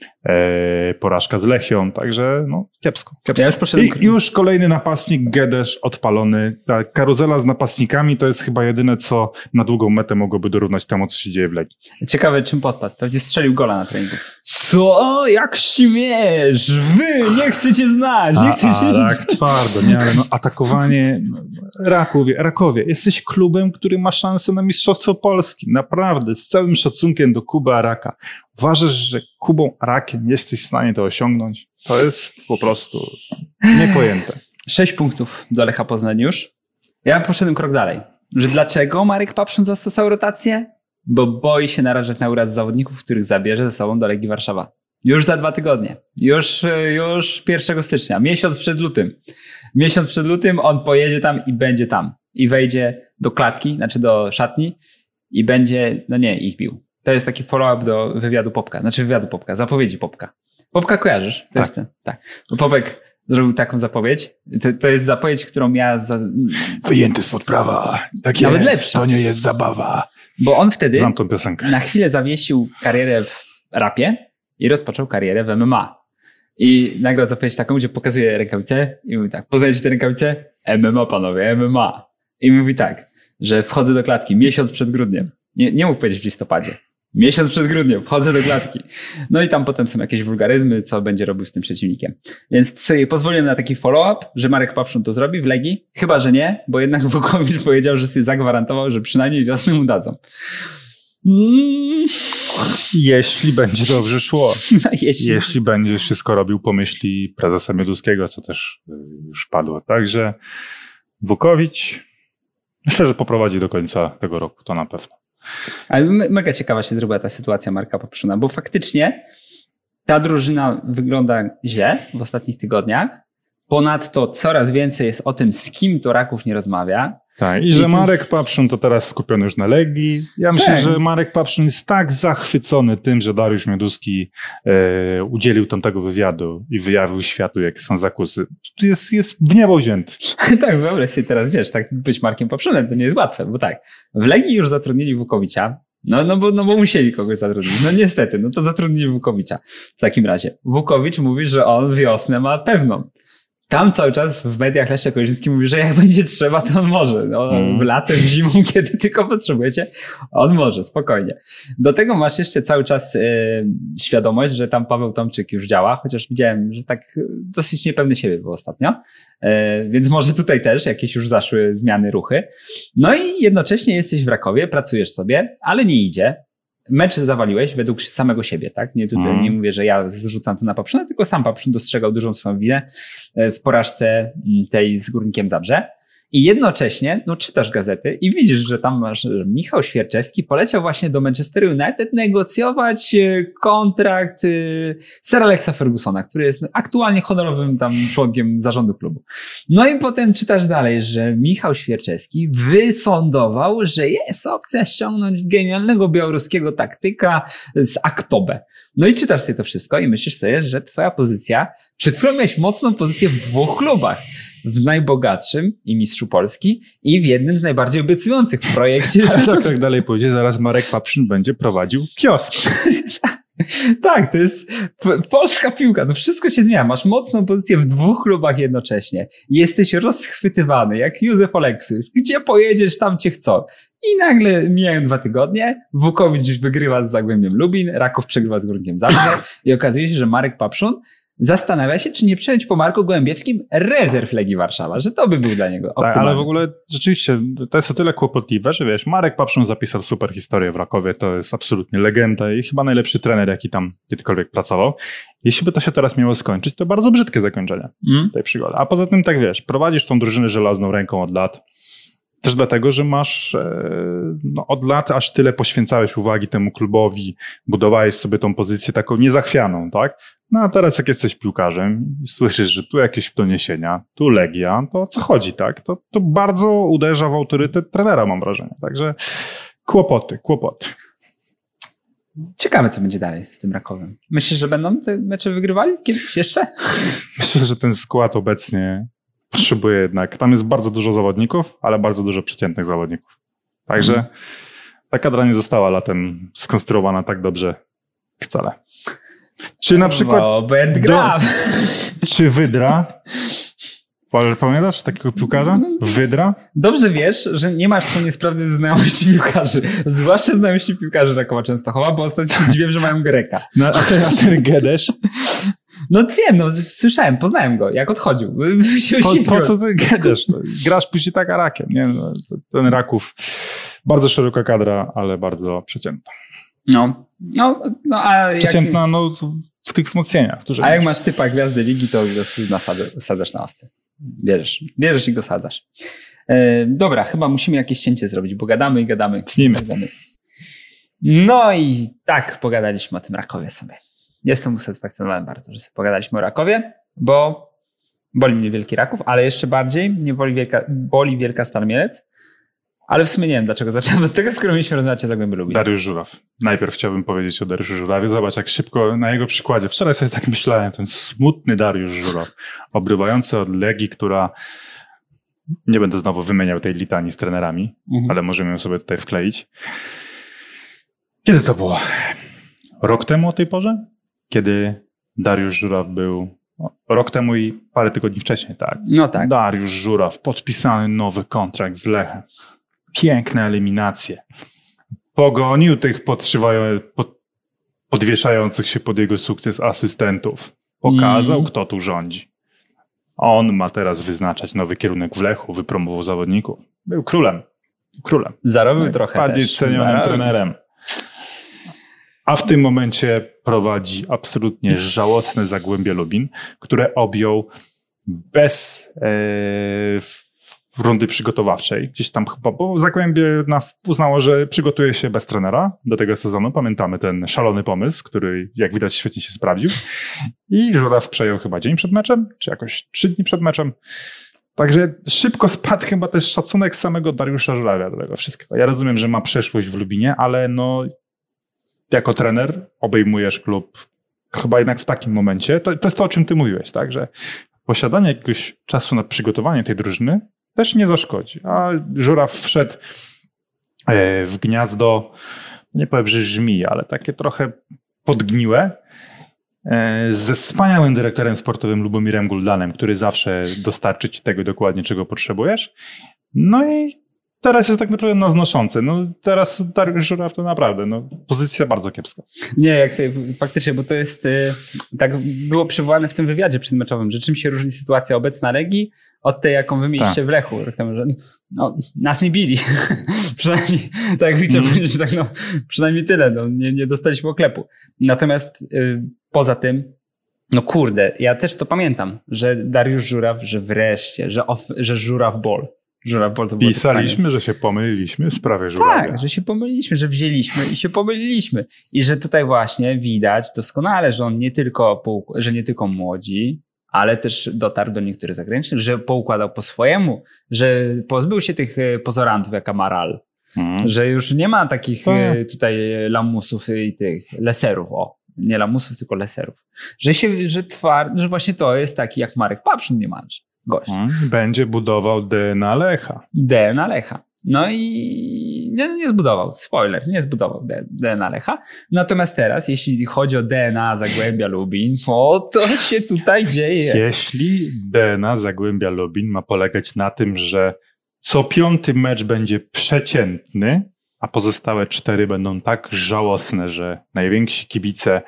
e, porażka z Lechią, także no kiepsko. kiepsko. Ja już poszedłem- I już kolejny napastnik, Gedesz odpalony. Ta karuzela z napastnikami to jest chyba jedyne, co na długą metę mogłoby dorównać temu, co się dzieje w Legii. Ciekawe, czym podpadł. Pewnie strzelił gola na treningu. Co? Jak śmiesz? Wy, nie chcecie znać, nie chcecie... A, a, tak, twardo, nie, ale no, atakowanie Rakowie, Rakowie, jesteś klubem, który ma szansę na Mistrzostwo Polski, naprawdę, z całym szacunkiem do Kuby Araka. Uważasz, że Kubą Arakiem jesteś w stanie to osiągnąć? To jest po prostu niepojęte. Sześć punktów do Lecha Poznań już. Ja poszedłem krok dalej. Że dlaczego Marek Papszun zastosował rotację? Bo boi się narażać na uraz zawodników, których zabierze ze sobą do Legii Warszawa. Już za dwa tygodnie. Już, już pierwszego stycznia. Miesiąc przed lutym. Miesiąc przed lutym on pojedzie tam i będzie tam. I wejdzie do klatki, znaczy do szatni i będzie, no nie, ich bił. To jest taki follow-up do wywiadu Popka. Znaczy wywiadu Popka, zapowiedzi Popka. Popka kojarzysz? To tak. jest ten, tak. Bo Popek zrobił taką zapowiedź. To, to jest zapowiedź, którą ja... Za... Wyjęty spod prawa. Tak Nawet jest, lepsza. To nie jest zabawa. Bo on wtedy Znam tą piosenkę. Na chwilę zawiesił karierę w rapie i rozpoczął karierę w M M A. I nagrał zapowiedź taką, gdzie pokazuje rękawicę i mówi tak, poznajecie te rękawice? M M A, panowie, M M A. I mówi tak, że wchodzę do klatki miesiąc przed grudniem. Nie, nie mógł powiedzieć w listopadzie. Miesiąc przed grudniem wchodzę do klatki. No i tam potem są jakieś wulgaryzmy, co będzie robił z tym przeciwnikiem. Więc sobie pozwoliłem na taki follow-up, że Marek Papszun to zrobi w Legii. Chyba, że nie, bo jednak Wukowicz powiedział, że sobie zagwarantował, że przynajmniej wiosnę mu dadzą. Mm. Jeśli będzie dobrze szło. No, jeśli... jeśli będzie wszystko robił po myśli prezesa Mioduskiego, co też już padło. Także Wukowicz myślę, że poprowadzi do końca tego roku, to na pewno. Ale mega ciekawa się zrobiła ta sytuacja Marka Papszuna, bo faktycznie ta drużyna wygląda źle w ostatnich tygodniach. Ponadto coraz więcej jest o tym, z kim to Raków nie rozmawia. Tak, i, I że tu... Marek Papszun to teraz skupiony już na Legii. Ja myślę, tak. że Marek Papszun jest tak zachwycony tym, że Dariusz Mioduski e, udzielił tamtego wywiadu i wyjawił światu, jakie są zakusy. Jest, jest w niebo wzięty. Tak, wyobraź sobie teraz, wiesz, tak być Markiem Papszunem to nie jest łatwe, bo tak, w Legii już zatrudnili Wukowicza, no, no, bo, no bo musieli kogoś zatrudnić. No niestety, no to zatrudnili Wukowicza. W takim razie Wukowicz mówi, że on wiosnę ma pewną. Tam cały czas w mediach Leszek Koziński mówi, że jak będzie trzeba, to on może. No, mm. Latem, zimą, kiedy tylko potrzebujecie, on może, spokojnie. Do tego masz jeszcze cały czas e, świadomość, że tam Paweł Tomczyk już działa, chociaż widziałem, że tak dosyć niepewny siebie był ostatnio. E, więc może tutaj też jakieś już zaszły zmiany, ruchy. No i jednocześnie jesteś w Rakowie, pracujesz sobie, ale nie idzie. Mecz zawaliłeś według samego siebie, tak? Nie, tutaj mm. nie mówię, że ja zrzucam to na Papszuna, tylko sam Papszun dostrzegał dużą swoją winę w porażce tej z Górnikiem Zabrze. I jednocześnie, no czytasz gazety i widzisz, że tam masz, że Michał Świerczewski poleciał właśnie do Manchester United negocjować kontrakt Sir Alexa Fergusona, który jest aktualnie honorowym tam członkiem zarządu klubu. No i potem czytasz dalej, że Michał Świerczewski wysądował, że jest opcja ściągnąć genialnego białoruskiego taktyka z Aktobe. No i czytasz sobie to wszystko i myślisz sobie, że twoja pozycja, przed chwilą miałeś mocną pozycję w dwóch klubach. W najbogatszym i mistrzu Polski i w jednym z najbardziej obiecujących w projekcie. Jak tak dalej pójdzie, zaraz Marek Papszun będzie prowadził kiosk. Tak, to jest polska piłka. No wszystko się zmienia. Masz mocną pozycję w dwóch klubach jednocześnie. Jesteś rozchwytywany jak Józef Oleksy. Gdzie pojedziesz, tam cię chcą. I nagle mijają dwa tygodnie. Wukowicz wygrywa z Zagłębiem Lubin, Raków przegrywa z Górnikiem Zabrze i okazuje się, że Marek Papszun zastanawia się, czy nie przejąć po Marku Gołębiewskim rezerw Legii Warszawa, że to by był dla niego optymalny. Tak, ale w ogóle rzeczywiście to jest o tyle kłopotliwe, że wiesz, Marek Papszun zapisał super historię w Rakowie, to jest absolutnie legenda i chyba najlepszy trener, jaki tam kiedykolwiek pracował. Jeśli by to się teraz miało skończyć, to bardzo brzydkie zakończenie mm. tej przygody. A poza tym tak wiesz, prowadzisz tą drużynę żelazną ręką od lat, też dlatego, że masz no, od lat aż tyle poświęcałeś uwagi temu klubowi, budowałeś sobie tą pozycję taką niezachwianą, tak? No a teraz jak jesteś piłkarzem i słyszysz, że tu jakieś doniesienia, tu Legia, to o co chodzi, tak? To, to bardzo uderza w autorytet trenera, mam wrażenie. Także kłopoty, kłopoty. Ciekawe, co będzie dalej z tym Rakowem. Myślisz, że będą te mecze wygrywali kiedyś jeszcze? Myślę, że ten skład obecnie potrzebuje jednak, tam jest bardzo dużo zawodników, ale bardzo dużo przeciętnych zawodników. Także hmm. ta kadra nie została latem skonstruowana tak dobrze wcale. Czy na przykład Robert Graf. Do, czy Wydra Pamiętasz takiego piłkarza? Wydra? Dobrze wiesz, że nie masz co nie sprawdzać znajomości piłkarzy. Zwłaszcza znajomości piłkarzy Rakowa Częstochowa, bo ostatnio się dziwiłem, że mają Greka. No, a ten, a ten Gedesz? No wiem, no słyszałem, poznałem go, jak odchodził. Po, po co ty Gedesz? No, grasz później tak rakiem, nie? No, ten Raków, bardzo szeroka kadra, ale bardzo przeciętna. No, no, no a Przeciętna, jak... no w tych wzmocnieniach. A jak masz typa Gwiazdy Ligi, to go sadzasz na ławce. Bierzesz, bierzesz i go sadzasz. E, dobra, chyba musimy jakieś cięcie zrobić, bo gadamy i gadamy. gadamy. No i tak pogadaliśmy o tym Rakowie sobie. Jestem usatysfakcjonowany bardzo, że sobie pogadaliśmy o Rakowie, bo boli mnie Wielki Raków, ale jeszcze bardziej mnie boli Wielka, boli Wielka Stal Mielec. Ale w sumie nie wiem, dlaczego zacząłem od tego, skoro mieliśmy rozmawiać o Zagłębiu Lubin. Dariusz Żuraw. Najpierw chciałbym powiedzieć o Dariuszu Żurawie. Zobacz, jak szybko na jego przykładzie. Wczoraj sobie tak myślałem, ten smutny Dariusz Żuraw, obrywający od Legii, która... Nie będę znowu wymieniał tej litanii z trenerami, mhm. ale możemy ją sobie tutaj wkleić. Kiedy to było? Rok temu o tej porze? Kiedy Dariusz Żuraw był... Rok temu i parę tygodni wcześniej, tak? No tak. Dariusz Żuraw, podpisany nowy kontrakt z Lechem. Piękne eliminacje. Pogonił tych podszywają, pod, podwieszających się pod jego sukces asystentów. Pokazał, mm. kto tu rządzi. On ma teraz wyznaczać nowy kierunek w Lechu, wypromował zawodników. Był królem. Królem. Zarobił no, trochę bardziej też. cenionym Zarobił. trenerem. A w tym momencie prowadzi absolutnie żałosne Zagłębie Lubin, które objął bez e, rundy przygotowawczej. Gdzieś tam chyba, bo Zagłębie uznało, że przygotuje się bez trenera do tego sezonu. Pamiętamy ten szalony pomysł, który jak widać świetnie się sprawdził. I Żuraw przejął chyba dzień przed meczem, czy jakoś trzy dni przed meczem. Także szybko spadł chyba też szacunek samego Dariusza Żurawia do tego wszystkiego. Ja rozumiem, że ma przeszłość w Lubinie, ale no jako trener obejmujesz klub chyba jednak w takim momencie. To, to jest to, o czym ty mówiłeś, tak? Że posiadanie jakiegoś czasu na przygotowanie tej drużyny też nie zaszkodzi. A Żuraw wszedł w gniazdo, nie powiem, że żmii, ale takie trochę podgniłe, ze wspaniałym dyrektorem sportowym Lubomirem Guldanem, który zawsze dostarczy ci tego dokładnie, czego potrzebujesz. No i teraz jest tak naprawdę na znoszący. No teraz Dariusz Żuraw to naprawdę, no pozycja bardzo kiepska. Nie, jak sobie faktycznie, bo to jest, y, tak było przywołane w tym wywiadzie przedmeczowym, że czym się różni sytuacja obecna Legii od tej, jaką wy mieliście tak. w Lechu. Że, no, nas nie bili. przynajmniej, tak jak widzicie, mm. tak, no, przynajmniej tyle. No, nie, nie dostaliśmy oklepu. Natomiast y, poza tym, no kurde, ja też to pamiętam, że Dariusz Żuraw, że wreszcie, że, of, że Żuraw Ball. Żuraw Ball to było pisaliśmy, że się pomyliliśmy w sprawie Żurawia. Tak, że się pomyliliśmy, że wzięliśmy i się pomyliliśmy. I że tutaj właśnie widać doskonale, że on nie tylko, że nie tylko młodzi, ale też dotarł do niektórych zagranicznych, że poukładał po swojemu, że pozbył się tych pozorantów jak Amaral, hmm. że już nie ma takich to. tutaj lamusów i tych leserów, o. Nie lamusów, tylko leserów. Że się, że tward, że właśnie to jest taki jak Marek Papszun niemalże. Gość. Będzie budował D N A Lecha. D N A Lecha. No i nie, nie zbudował. Spoiler, nie zbudował D N A Lecha. Natomiast teraz, jeśli chodzi o D N A Zagłębia Lubin, o, to się tutaj dzieje. Jeśli D N A Zagłębia Lubin ma polegać na tym, że co piąty mecz będzie przeciętny, a pozostałe cztery będą tak żałosne, że najwięksi kibice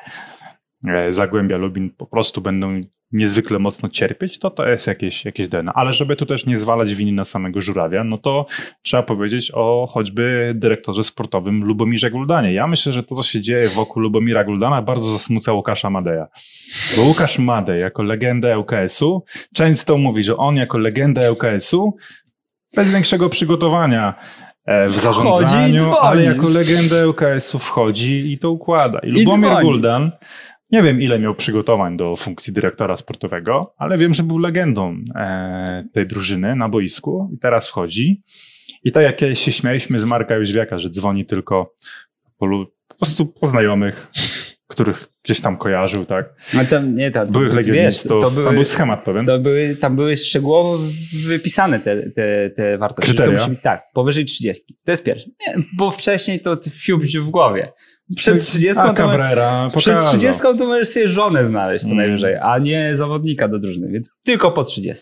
Zagłębia Lubin po prostu będą niezwykle mocno cierpieć, to to jest jakieś, jakieś D N A. Ale żeby tu też nie zwalać winy na samego Żurawia, no to trzeba powiedzieć o choćby dyrektorze sportowym Lubomirze Guldanie. Ja myślę, że to, co się dzieje wokół Lubomira Guldana, bardzo zasmuca Łukasza Madeja. Bo Łukasz Madej jako legenda L K S-u często mówi, że on jako legenda L K S-u bez większego przygotowania w zarządzaniu, ale jako legenda L K S-u wchodzi i to układa. I Lubomir I Guldan, nie wiem ile miał przygotowań do funkcji dyrektora sportowego, ale wiem, że był legendą e, tej drużyny na boisku i teraz wchodzi. I tak jak kiedyś się śmialiśmy z Marka Jóźwiaka, że dzwoni tylko po, po prostu po znajomych, których gdzieś tam kojarzył, tak? Ale tam, nie, to, byłych legionistów, to były, tam był schemat pewien. To były, tam były szczegółowo wypisane te, te, te wartości. Kryteria. To musi być tak, powyżej trzydziestki. To jest pierwsze. Nie, bo wcześniej to fiubź w głowie. Przed trzydziestką, to, Cabrera przed trzydziestką to możesz sobie żonę znaleźć co mm. najwyżej, a nie zawodnika do drużyny, więc tylko po trzydziestce.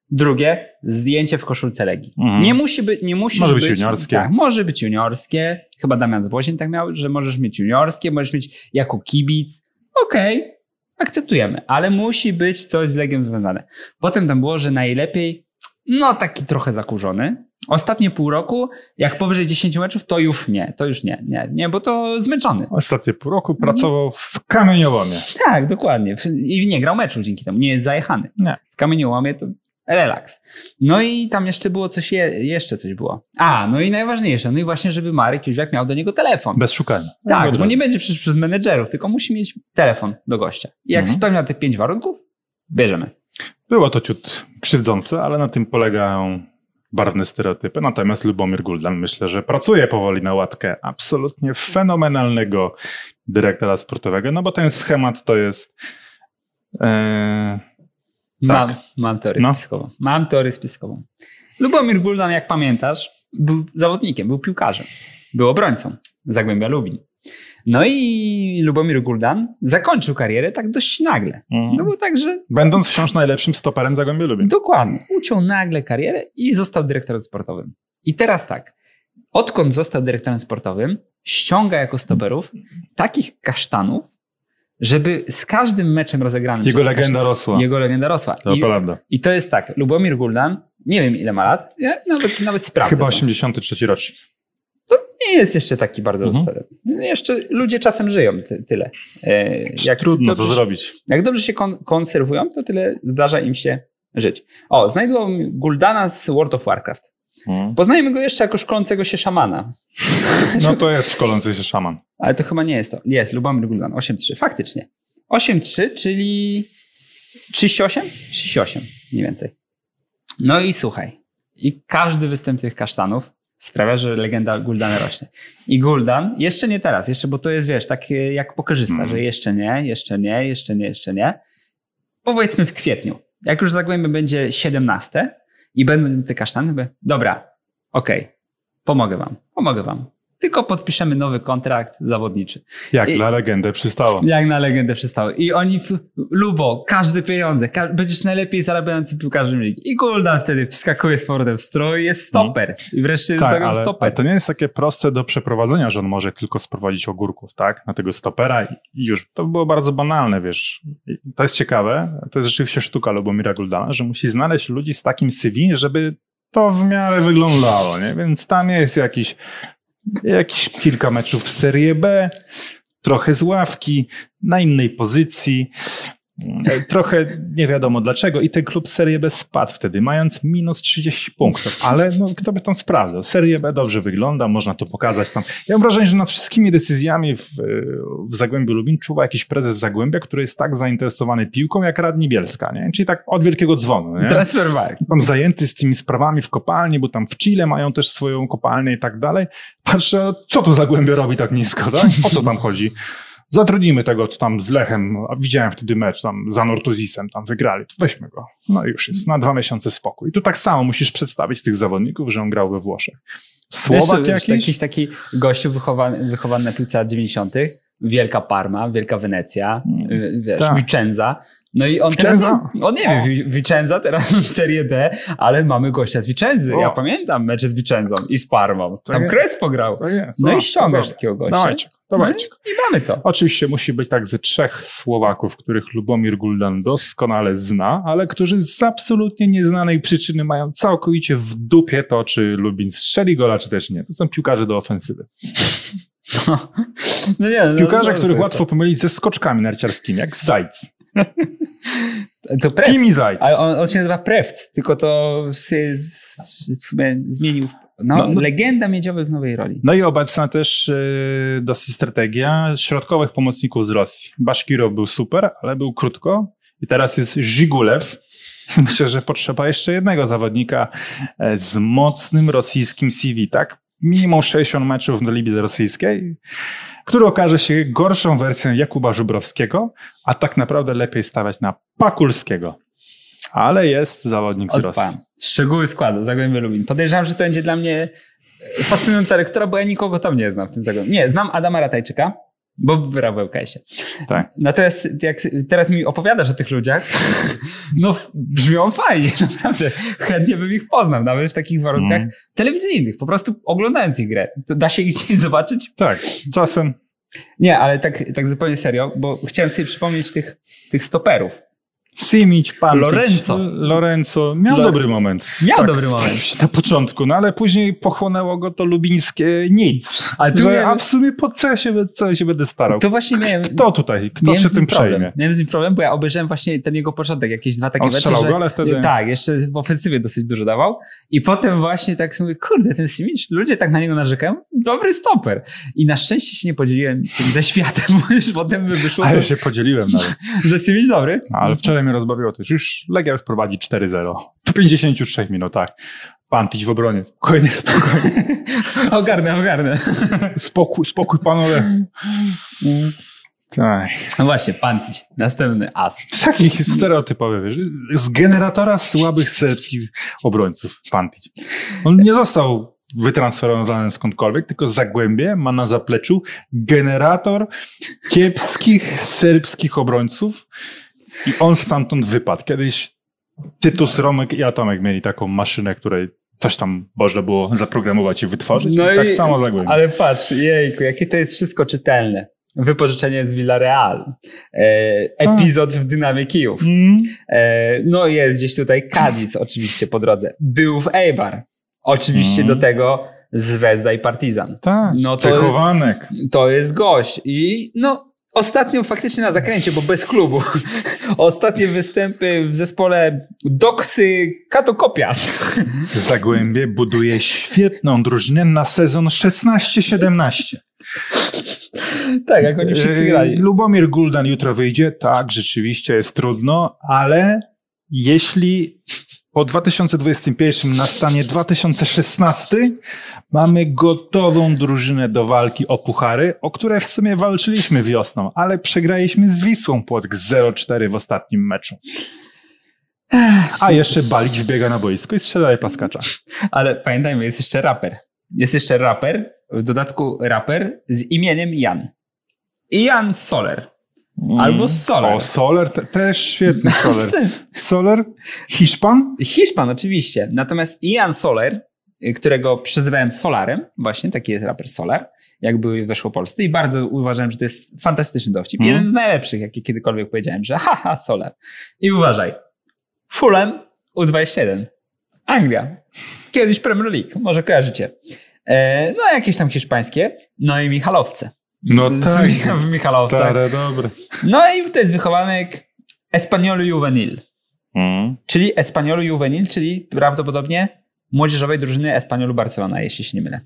Drugie, zdjęcie w koszulce Legii. Mhm. Nie musi być, nie musi Może być, być juniorskie. Tak, może być juniorskie. Chyba Damian Zwoźń tak miał, że możesz mieć juniorskie, możesz mieć jako kibic. Okej, okay, akceptujemy, ale musi być coś z Legią związane. Potem tam było, że najlepiej, no taki trochę zakurzony. Ostatnie pół roku, jak powyżej dziesięć meczów, to już nie, to już nie, nie, nie, bo to zmęczony. Ostatnie pół roku pracował w kamieniołomie. Tak, dokładnie. I nie grał meczu dzięki temu, nie jest zajechany. Nie. W kamieniołomie to relaks. No i tam jeszcze było coś, je, jeszcze coś było. A, no i najważniejsze, no i właśnie, żeby Marek Jóźwiak miał do niego telefon. Bez szukania. Tak, Bez bo nie będzie przecież przez menedżerów, tylko musi mieć telefon do gościa. I jak mhm. spełnia te pięć warunków, bierzemy. Było to ciut krzywdzące, ale na tym polegają barwne stereotypy. Natomiast Lubomir Guldan myślę, że pracuje powoli na łatkę absolutnie fenomenalnego dyrektora sportowego, no bo ten schemat to jest... Ee, Mam, tak. mam teorię no. spiskową. Mam teorię spiskową. Lubomir Guldan, jak pamiętasz, był zawodnikiem, był piłkarzem. Był obrońcą Zagłębia Lubin. No i Lubomir Guldan zakończył karierę tak dość nagle. Mhm. No bo tak, że... Będąc wciąż najlepszym stoperem Zagłębia Lubin. Dokładnie. Uciął nagle karierę i został dyrektorem sportowym. I teraz tak. Odkąd został dyrektorem sportowym, ściąga jako stoperów takich kasztanów, żeby z każdym meczem rozegranym... Jego legenda kasztan, rosła. Jego legenda rosła. To I, prawda. I to jest tak. Lubomir Guldan, nie wiem ile ma lat, ja nawet, nawet sprawdzę. Chyba osiemdziesiąty trzeci rocznik. To nie jest jeszcze taki bardzo Mhm. stary. Jeszcze ludzie czasem żyją ty, tyle. E, jak Trudno dobrze, to zrobić. Jak dobrze się kon- konserwują, to tyle zdarza im się żyć. O, znajdują Guldana z World of Warcraft. Mhm. Poznajemy go jeszcze jako szkolącego się szamana. No to jest szkolący się szaman. Ale to chyba nie jest to. Jest, Lubomir Guldan, osiem trzy. Faktycznie. osiem trzy, czyli trzydzieści osiem? trzydzieści osiem, mniej więcej. No i słuchaj. I każdy występ tych kasztanów sprawia, że legenda Guldana rośnie. I Guldan, jeszcze nie teraz, jeszcze, bo to jest, wiesz, tak jak pokerzysta, mm. że jeszcze nie, jeszcze nie, jeszcze nie, jeszcze nie. Powiedzmy w kwietniu. Jak już Zagłębie będzie siedemnaste i będą te kasztany, by, dobra, okej, okay, pomogę wam, pomogę wam. Tylko podpiszemy nowy kontrakt zawodniczy. Jak I, na legendę przystało. Jak na legendę przystało. I oni, w, lubo, każde pieniądze, ka- będziesz najlepiej zarabiający piłkarzem ligi. I Guldan wtedy wskakuje z powrotem w stroj, jest stoper. I wreszcie jest tak, ale, stoper. ale to nie jest takie proste do przeprowadzenia, że on może tylko sprowadzić ogórków, tak? Na tego stopera i już. To było bardzo banalne, wiesz. I to jest ciekawe. To jest rzeczywiście sztuka Lubomira Guldana, że musi znaleźć ludzi z takim C V, żeby to w miarę wyglądało, nie? Więc tam jest jakiś Jakieś kilka meczów w Serie B, trochę z ławki, na innej pozycji, trochę nie wiadomo dlaczego i ten klub Serie B spadł wtedy, mając minus trzydzieści punktów, ale no, kto by tam sprawdzał? Serie B dobrze wygląda, można to pokazać tam. Ja mam wrażenie, że nad wszystkimi decyzjami w, w Zagłębiu Lubin czuwa jakiś prezes Zagłębia, który jest tak zainteresowany piłką jak Radni Bielska, nie? Czyli tak od wielkiego dzwonu. Nie? Transfermarkt. Tam zajęty z tymi sprawami w kopalni, bo tam w Chile mają też swoją kopalnię i tak dalej. Patrzę, co tu Zagłębie robi tak nisko, tak? O co tam chodzi? Zatrudnimy tego, co tam z Lechem, a widziałem wtedy mecz tam za Nortuzisem, tam wygrali, to weźmy go. No i już jest na dwa miesiące spokój. I tu tak samo musisz przedstawić tych zawodników, że on grał we Włoszech. Słowak wiesz, jakiś? Jakiś taki gościu wychowany, wychowany na piłce lat dziewięćdziesiątych. Wielka Parma, Wielka Wenecja, mm, wiesz, tak. Vicenza. No i on Vicenza? teraz, on nie o. wiem, Vicenza teraz w Serie D, ale mamy gościa z Vicenzy. Ja pamiętam mecze z Vicenzą i z Parmą. To tam jest. Crespo grał. To jest. No o, i ściągasz takiego gościa. Dawajcie, dawajcie. No i, i mamy to. Oczywiście musi być tak ze trzech Słowaków, których Lubomir Guldan doskonale zna, ale którzy z absolutnie nieznanej przyczyny mają całkowicie w dupie to, czy Lubin strzeli gola, czy też nie. To są piłkarze do ofensywy. No nie, no, piłkarze, no, których łatwo to. pomylić ze skoczkami narciarskimi, jak Zajc. To Prewc. Kimi Zajc. Ale on, on się nazywa Prewc, tylko to się w sumie zmienił. No, no, no. Legenda miedziowy w nowej roli. No i obecna też yy, dosyć strategia środkowych pomocników z Rosji. Baszkirow był super, ale był krótko. I teraz jest Żigulew. Myślę, że potrzeba jeszcze jednego zawodnika z mocnym rosyjskim C V, tak? Minimum sześćdziesiąt meczów do Ligi Rosyjskiej, który okaże się gorszą wersją Jakuba Żubrowskiego, a tak naprawdę lepiej stawiać na Pakulskiego. Ale jest zawodnik z Odpa. Rosji. Szczegóły składu, Zagłębie Lubin. Podejrzewam, że to będzie dla mnie fascynująca lektura, bo ja nikogo tam nie znam w tym Zagłębiu. Nie, znam Adama Ratajczyka. bo brał w ŁKS-ie. Tak. Natomiast jak teraz mi opowiadasz o tych ludziach, no brzmią fajnie, naprawdę. Chętnie bym ich poznał, nawet w takich warunkach mm. telewizyjnych, po prostu oglądając ich grę. To da się ich gdzieś zobaczyć? Tak, czasem. Nie, ale tak, tak zupełnie serio, bo chciałem sobie przypomnieć tych, tych stoperów. Simić, Pantic, Lorenzo. Lorenzo. Miał Lo- dobry moment. Miał tak, dobry moment. Na początku, no ale później pochłonęło go to lubińskie nic. Ale tu że, miałem... A w sumie po co ja się, co ja się będę starał? To właśnie miałem... Kto tutaj? Kto się tym problem. przejmie? Miałem z nim problem, bo ja obejrzałem właśnie ten jego początek, jakieś dwa takie On mecze, strzelał że... gole wtedy? Tak, jeszcze w ofensywie dosyć dużo dawał. I potem właśnie tak sobie mówię, kurde, ten Simic, ludzie tak na niego narzekają, dobry stoper. I na szczęście się nie podzieliłem tym ze światem, bo już potem by wyszło, Ale to, się podzieliłem nawet. że Simic dobry. No, ale wczoraj mnie rozbawiło to już. Już Legia już prowadzi cztery zero. Po pięćdziesięciu trzech minutach. Pantic w obronie. Spokojnie, spokojnie. Ogarnę, ogarnę. Spokój, spokój panowie. Tak. No właśnie, Pantic, następny as. Taki stereotypowy, wiesz, z generatora słabych serbskich obrońców, Pantic. On nie został wytransferowany skądkolwiek, tylko Zagłębie ma na zapleczu generator kiepskich serbskich obrońców i on stamtąd wypadł. Kiedyś Tytus, Romek i Atomek mieli taką maszynę, której coś tam można było zaprogramować i wytworzyć. No i tak i, samo Zagłębie. Ale patrz, jejku, jakie to jest wszystko czytelne. Wypożyczenie z Villarreal. E, epizod w Dynamie Kijów. Mm. E, no jest gdzieś tutaj Cadiz oczywiście po drodze. Był w Eibar. Oczywiście mm. do tego Zvezda i Partizan. Tak, no to Cechowanek. Jest, to jest gość. I no ostatnio faktycznie na zakręcie, bo bez klubu. Ostatnie występy w zespole Doksy Katokopias. Zagłębie buduje świetną drużynę na sezon szesnaście siedemnaście. Tak, jak oni wszyscy grali. Lubomir Guldan jutro wyjdzie. Tak, rzeczywiście jest trudno, ale jeśli po dwa tysiące dwudziestym pierwszym nastanie dwa tysiące szesnasty, mamy gotową drużynę do walki o puchary, o które w sumie walczyliśmy wiosną, ale przegraliśmy z Wisłą Płock zero cztery w ostatnim meczu. A jeszcze Balić wbiega na boisko i strzela plaskacza. Ale pamiętajmy, jest jeszcze raper. Jest jeszcze raper, w dodatku raper z imieniem Jan. Jan Soler. Albo Soler. O, Soler, te, też świetny Soler. Soler? Hiszpan? Hiszpan, oczywiście. Natomiast Ian Soler, którego przyzywałem Solarem, właśnie taki jest raper Solar, jak były weszło Polsce i bardzo uważałem, że to jest fantastyczny dowcip. Mm. Jeden z najlepszych, jaki kiedykolwiek powiedziałem, że haha, Solar. I uważaj. Fulham U dwadzieścia jeden. Anglia. Kiedyś Premier League. Może kojarzycie. E, no jakieś tam hiszpańskie. No i Michalowce. No tak, w Michalowcach. Stare, dobre. No i to jest wychowanek Espanyolu Juvenil. Mm. Czyli Espanyolu Juvenil, czyli prawdopodobnie młodzieżowej drużyny Espanyolu Barcelona, jeśli się nie mylę.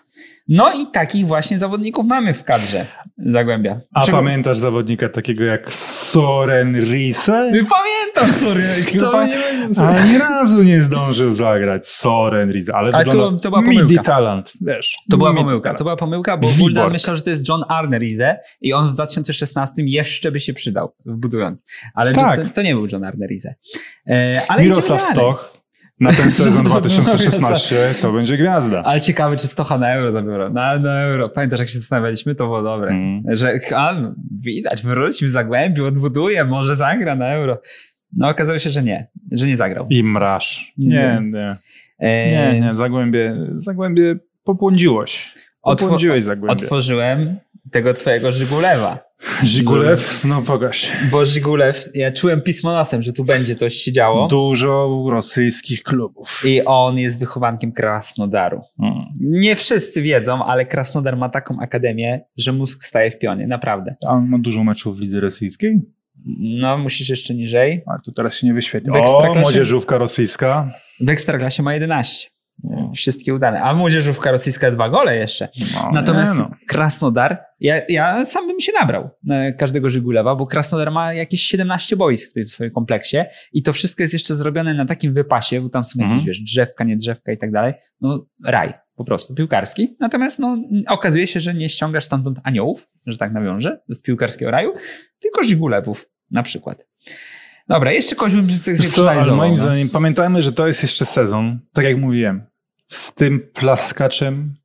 No i takich właśnie zawodników mamy w kadrze Zagłębia. A Czego... pamiętasz zawodnika takiego jak Soren Riise? Pamiętam Soren Riise. Ani razu nie zdążył zagrać Soren Riise, ale, ale to, to była pomyłka. Midi talent, wiesz. To była pomyłka, talent. to była pomyłka, bo Buldan myślał, że to jest John Arne Riise i on w dwa tysiące szesnastym jeszcze by się przydał, budując. Ale tak. to, to nie był John Arne Riise. E, ale Mirosław Stoch. Na ten sezon dwa tysiące szesnasty to będzie gwiazda. Ale ciekawe, czy Stocha na euro zabiorą. Na, na euro. Pamiętasz, jak się zastanawialiśmy? To było dobre. Mm. Że a, widać, wróci w Zagłębiu, odbuduje, może zagra na euro. No okazało się, że nie. Że nie zagrał. I Mraż. Nie, nie. E... Nie, nie. Zagłębie, Zagłębie pobłądziłeś. Pobłądziłeś Zagłębie. Otworzyłem tego twojego Żigulewa. Żigulew? No pokaż. Bo Żigulew, ja czułem pismo nosem, że tu będzie coś się działo. Dużo rosyjskich klubów. I on jest wychowankiem Krasnodaru. Hmm. Nie wszyscy wiedzą, ale Krasnodar ma taką akademię, że mózg staje w pionie, naprawdę. A on ma dużo meczów w lidze rosyjskiej? No, musisz jeszcze niżej. A tu teraz się nie wyświetli. O, młodzieżówka rosyjska. W Ekstraklasie ma jedenaście. No. Wszystkie udane. A młodzieżówka rosyjska dwa gole jeszcze. No, Natomiast nie, no. Krasnodar, ja, ja sam bym się nabrał na każdego Żigulewa, bo Krasnodar ma jakieś siedemnaście boisk w tym swoim kompleksie i to wszystko jest jeszcze zrobione na takim wypasie, bo tam są jakieś, mm. wiesz, drzewka, nie drzewka i tak dalej. No raj, po prostu, piłkarski. Natomiast no, okazuje się, że nie ściągasz stamtąd aniołów, że tak nawiążę, z piłkarskiego raju, tylko Żigulewów na przykład. Dobra, jeszcze kogoś bym sobie przeanalizował. Moim no. zdaniem, pamiętajmy, że to jest jeszcze sezon, tak jak mówiłem, z tym plaskaczem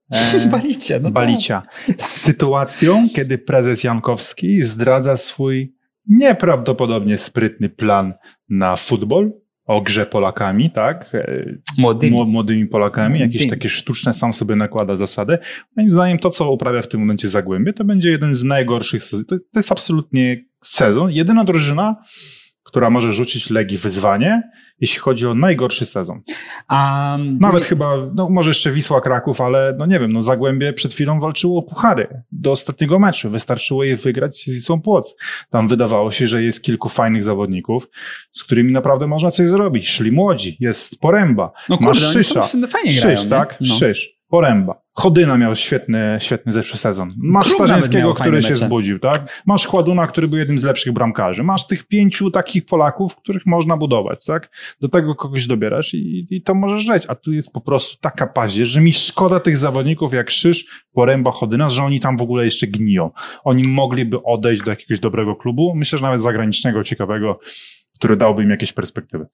e, Balicia, no Balicia z sytuacją, kiedy prezes Jankowski zdradza swój nieprawdopodobnie sprytny plan na futbol, o grze Polakami, tak? Młodymi. Młodymi Polakami, Młodymi. jakieś takie sztuczne, sam sobie nakłada zasady. Moim zdaniem to, co uprawia w tym momencie Zagłębie, to będzie jeden z najgorszych sezonów. To, to jest absolutnie sezon. Jedyna drużyna, która może rzucić Legii wyzwanie, jeśli chodzi o najgorszy sezon. A, Nawet nie, chyba, no może jeszcze Wisła Kraków, ale no nie wiem, no Zagłębie przed chwilą walczyło o puchary do ostatniego meczu. Wystarczyło je wygrać z Wisłą Płock. Tam wydawało się, że jest kilku fajnych zawodników, z którymi naprawdę można coś zrobić. Szli młodzi, jest Poręba, no masz kurde, oni Szysza, są- no fajnie Szysz, grają, nie? tak? No. Szysz, Poręba. Chodyna miał świetny, świetny zeszły sezon. Masz Kruk nawet Starzyńskiego, miał który fajne się mecze. zbudził, tak? Masz Chładuna, który był jednym z lepszych bramkarzy. Masz tych pięciu takich Polaków, których można budować, tak? Do tego kogoś dobierasz i, i to możesz żyć. A tu jest po prostu taka paździerz, że mi szkoda tych zawodników jak Szysz, Poręba, Chodyna, że oni tam w ogóle jeszcze gniją. Oni mogliby odejść do jakiegoś dobrego klubu, myślę, że nawet zagranicznego, ciekawego, który dałby im jakieś perspektywy.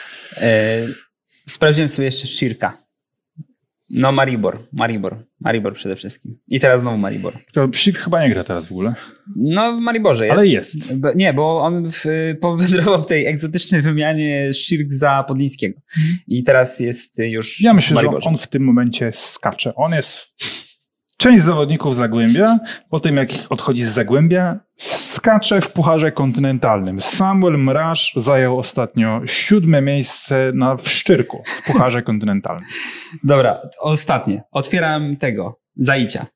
E, sprawdziłem sobie jeszcze Szirka. No Maribor, Maribor, Maribor przede wszystkim. I teraz znowu Maribor. Tylko Psik chyba nie gra teraz w ogóle. No w Mariborze jest. Ale jest. Bo- Nie, bo on w, powędrował w tej egzotycznej wymianie Szirk za Podlińskiego. I teraz jest już Ja w myślę, że Mariborze. on w tym momencie skacze. On jest... Część zawodników Zagłębia, po tym jak odchodzi z Zagłębia, skacze w Pucharze Kontynentalnym. Samuel Mraż zajął ostatnio siódme miejsce na w Szczyrku w Pucharze Kontynentalnym. Dobra, ostatnie. Otwieram tego, Zaicia.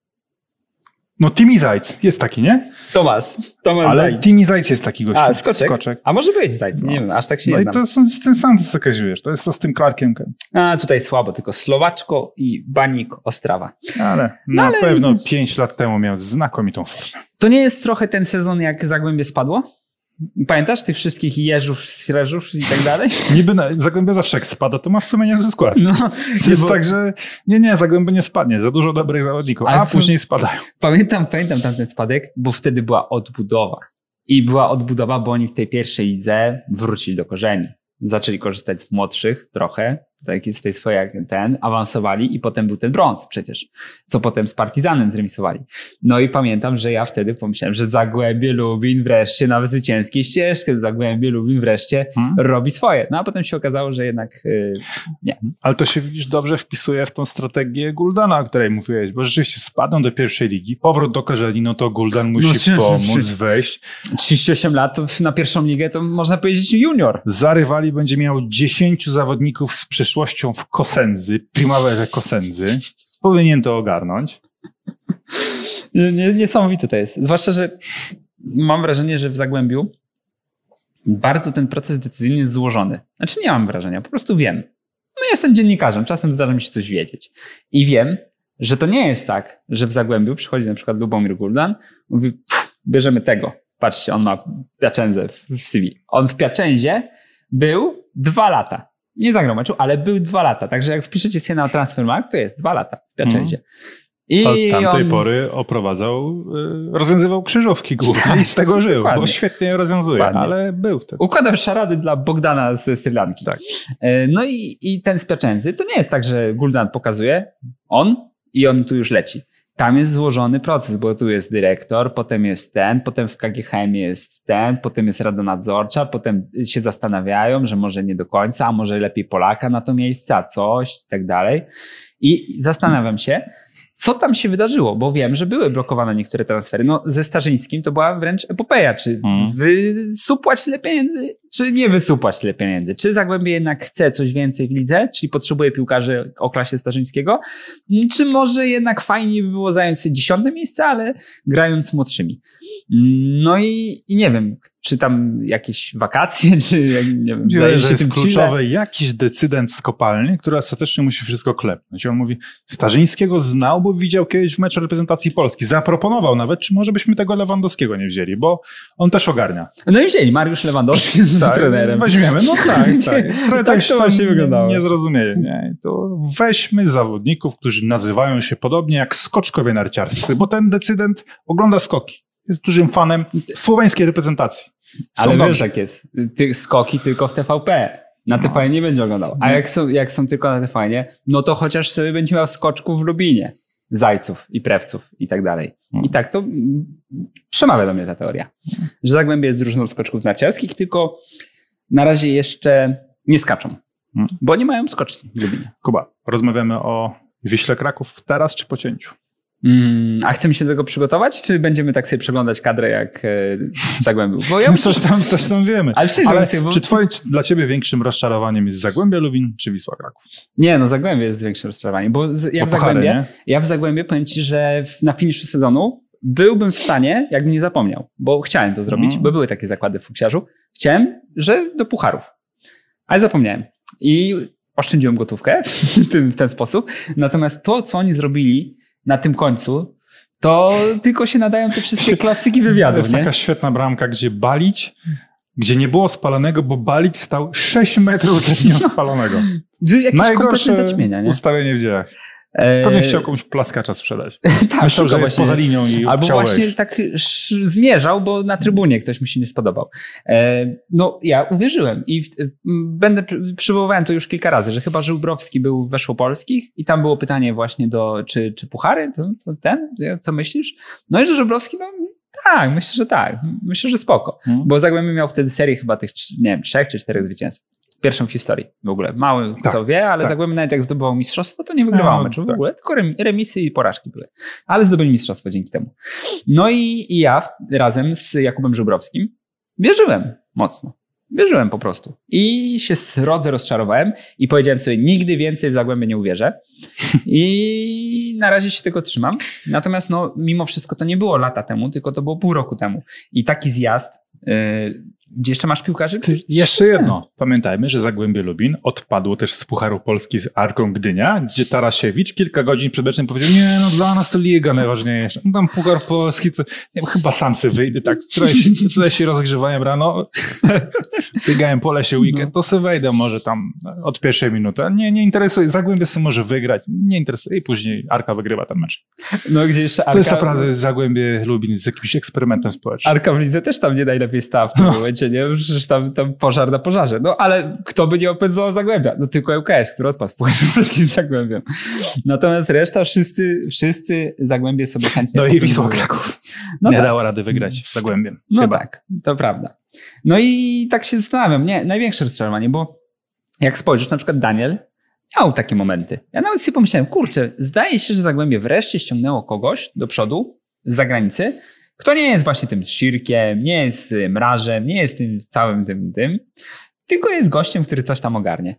No Timi Zajc jest taki, nie? Tomasz, Tomasz Ale Zajc. Timi Zajc jest taki gościu. A, skoczek? Skoczek. A może być Zajc, nie No. wiem, aż tak się No nie i znam. to są ten sam, co okazujesz. To jest to z tym Clarkiem. A, tutaj słabo, tylko Słowaczko i Banik Ostrawa. Ale No na ale- pewno pięć lat temu miał znakomitą formę. To nie jest trochę ten sezon, jak Zagłębie spadło? Pamiętasz tych wszystkich Jeżów, Sreżów i tak dalej? Niby na, Zagłębia zawsze jak spada, to ma w sumie niezły skład. No, Jest bo- tak, że nie, nie, Zagłębie nie spadnie. Za dużo dobrych zawodników, Ale a w- później spadają. Pamiętam, pamiętam tamten spadek, bo wtedy była odbudowa. I była odbudowa, bo oni w tej pierwszej lidze wrócili do korzeni. Zaczęli korzystać z młodszych trochę, tak z tej swojej ten, awansowali i potem był ten brąz przecież, co potem z Partizanem zremisowali. No i pamiętam, że ja wtedy pomyślałem, że Zagłębie Lubin wreszcie na zwycięskiej ścieżce, Zagłębie Lubin wreszcie Hmm? robi swoje. No a potem się okazało, że jednak yy, nie. Ale to się, widzisz, dobrze wpisuje w tą strategię Guldana, o której mówiłeś, bo rzeczywiście spadną do pierwszej ligi, powrót do korzeni, no to Guldan musi No, czy- pomóc, czy- wejść. trzydzieści osiem lat to na pierwszą ligę to można powiedzieć junior. Za rywali będzie miał dziesięciu zawodników z przeszłością w Kosędzy, Primaverze Kosędzy. Powinien to ogarnąć. Nie- nie- Niesamowite to jest. Zwłaszcza, że mam wrażenie, że w Zagłębiu bardzo ten proces decyzyjny jest złożony. Znaczy nie mam wrażenia, po prostu wiem. No jestem dziennikarzem, czasem zdarza mi się coś wiedzieć. I wiem, że to nie jest tak, że w Zagłębiu przychodzi na przykład Lubomir Guldan, mówi, "Pff, bierzemy tego. Patrzcie, on ma Piaczędzę w w C V. On w Piaczęzie był dwa lata. Nie zagrał meczu, ale był dwa lata. Także jak wpiszecie sobie na Transfermarkt, to jest dwa lata w Piaczęzie. I Od tamtej on... pory oprowadzał, y, rozwiązywał krzyżówki głównie i z tego żył, Dokładnie. bo świetnie je rozwiązuje, Dokładnie. ale był wtedy. Układał szarady dla Bogdana z Sri Lanki. Tak. E, No i, i ten z Piaczędzy, to nie jest tak, że Guldan pokazuje, on i on tu już leci. Tam jest złożony proces, bo tu jest dyrektor, potem jest ten, potem w K G H M jest ten, potem jest Rada Nadzorcza, potem się zastanawiają, że może nie do końca, a może lepiej Polaka na to miejsce, a coś i tak dalej. I zastanawiam się, co tam się wydarzyło, bo wiem, że były blokowane niektóre transfery. No ze Starzyńskim to była wręcz epopeja. Czy Mhm. wysupłać tyle pieniędzy, czy nie wysupłać tyle pieniędzy? Czy Zagłębie jednak chce coś więcej w lidze, czyli potrzebuje piłkarzy o klasie Starzyńskiego? Czy może jednak fajniej by było zająć sobie dziesiąte miejsce, ale grając młodszymi? No i, i nie wiem, czy tam jakieś wakacje, czy nie wiem, Myślę, zajęcie że się jest tym Chile. kluczowy jakiś decydent z kopalni, który ostatecznie musi wszystko klepnąć. I on mówi, Starzyńskiego znał, bo widział kiedyś w meczu reprezentacji Polski. Zaproponował nawet, czy może byśmy tego Lewandowskiego nie wzięli, bo on też ogarnia. No i wzięli Mariusz Lewandowski z Tak, trenerem. weźmiemy, no tak, tak. Trochę Tak się to tam właśnie wyglądało. Nie zrozumieli. Nie? To weźmy zawodników, którzy nazywają się podobnie jak skoczkowie narciarscy, bo ten decydent ogląda skoki. Jest dużym fanem słoweńskiej reprezentacji. Są Ale dobrzy. wiesz jak jest, Ty, skoki tylko w T V P. Na T V N nie będzie oglądał. A jak są, jak są tylko na T V N, no to chociaż sobie będzie miał skoczków w Lubinie. Zajców i Prewców i tak dalej. I tak to przemawia do mnie ta teoria, że Zagłębie jest drużyną skoczków narciarskich, tylko na razie jeszcze nie skaczą, bo nie mają skoczni w Lubinie. Kuba, rozmawiamy o Wiśle Kraków teraz czy po cięciu? Mm, a chcemy się do tego przygotować, czy będziemy tak sobie przeglądać kadrę jak e, w Zagłębiu? Bo ja coś, tam, coś tam wiemy. Ale, Ale sobie, bo... czy, twoje, czy dla ciebie większym rozczarowaniem jest Zagłębie Lubin czy Wisła Kraków? Nie, no Zagłębie jest większym rozczarowaniem, bo z, ja, bo w Zagłębie, puchary, ja w Zagłębie powiem ci, że w, na finiszu sezonu byłbym w stanie, jakbym nie zapomniał, bo chciałem to zrobić, mm. bo były takie zakłady w fuksiarzu. Chciałem, że do pucharów, ale zapomniałem. I oszczędziłem gotówkę w ten, w ten sposób. Natomiast to, co oni zrobili na tym końcu, to tylko się nadają te wszystkie klasyki wywiadów. To jest nie? taka świetna bramka, gdzie Balić, gdzie nie było spalonego, bo Balić stał sześć metrów za linią spalonego. Jakieś kompletne zaćmienia, nie? Ustawienie w dziejach. Pewnie chciał komuś plaskacza sprzedać. tak, Myślał, że jest właśnie, poza linią i albo chciał właśnie wejść. tak zmierzał, bo na trybunie ktoś mu się nie spodobał. E, no ja uwierzyłem i w, będę przywoływałem to już kilka razy, że chyba Żubrowski był w Weszłopolskich i tam było pytanie właśnie do, czy, czy puchary, to, co ten, co myślisz? No i że Żubrowski, no tak, myślę, że tak. Myślę, że spoko. Hmm. Bo Zagłębie miał wtedy serię chyba tych, nie wiem, trzech czy czterech zwycięstw. Pierwszą w historii w ogóle. Mały tak, kto wie, ale tak. Zagłębie nawet jak zdobywał mistrzostwo, to nie wygrywało no, meczu tak. w ogóle, tylko remisy i porażki były. Ale zdobyli mistrzostwo dzięki temu. No i, i ja w, razem z Jakubem Żubrowskim wierzyłem mocno. Wierzyłem po prostu. I się srodze rozczarowałem i powiedziałem sobie, nigdy więcej w Zagłębie nie uwierzę. I na razie się tego trzymam. Natomiast no, mimo wszystko to nie było lata temu, tylko to było pół roku temu. I taki zjazd... Yy, Gdzie jeszcze masz piłkarzy? Ty, jeszcze jedno. Pamiętajmy, że Zagłębie Lubin odpadło też z Pucharu Polski z Arką Gdynia, gdzie Tarasiewicz kilka godzin przed meczem powiedział, nie no dla nas to liga najważniejsza. No, tam Puchar Polski to nie, chyba sam sobie wyjdę, tak. Tyle się, tyle się rozgrzewałem rano, biegałem po lesie weekend, to sobie wejdę może tam od pierwszej minuty. Nie, nie interesuje. Zagłębie sobie może wygrać. Nie interesuje. I później Arka wygrywa ten mecz. No, gdzie jeszcze Arka... To jest naprawdę Zagłębie Lubin z jakimś eksperymentem społecznym. Arka w lidze też tam nie najlepiej stała w tym momencie. Nie? Przecież tam, tam pożar na pożarze. No ale kto by nie opędzał Zagłębia? No tylko L K S, który odpadł w Pucharze Polskim z Zagłębiem. Natomiast reszta, wszyscy, wszyscy Zagłębie sobie chętnie... No i Wisła Kraków no nie tak. dało rady wygrać z Zagłębiem. No chyba. Tak, to prawda. No i tak się zastanawiam. Nie, największe rozczarowanie, bo jak spojrzysz, na przykład Daniel miał takie momenty. Ja nawet sobie pomyślałem, kurczę, zdaje się, że Zagłębie wreszcie ściągnęło kogoś do przodu z zagranicy, kto nie jest właśnie tym Szirkiem, nie jest Mrażem, nie jest tym całym tym, tym, tylko jest gościem, który coś tam ogarnie.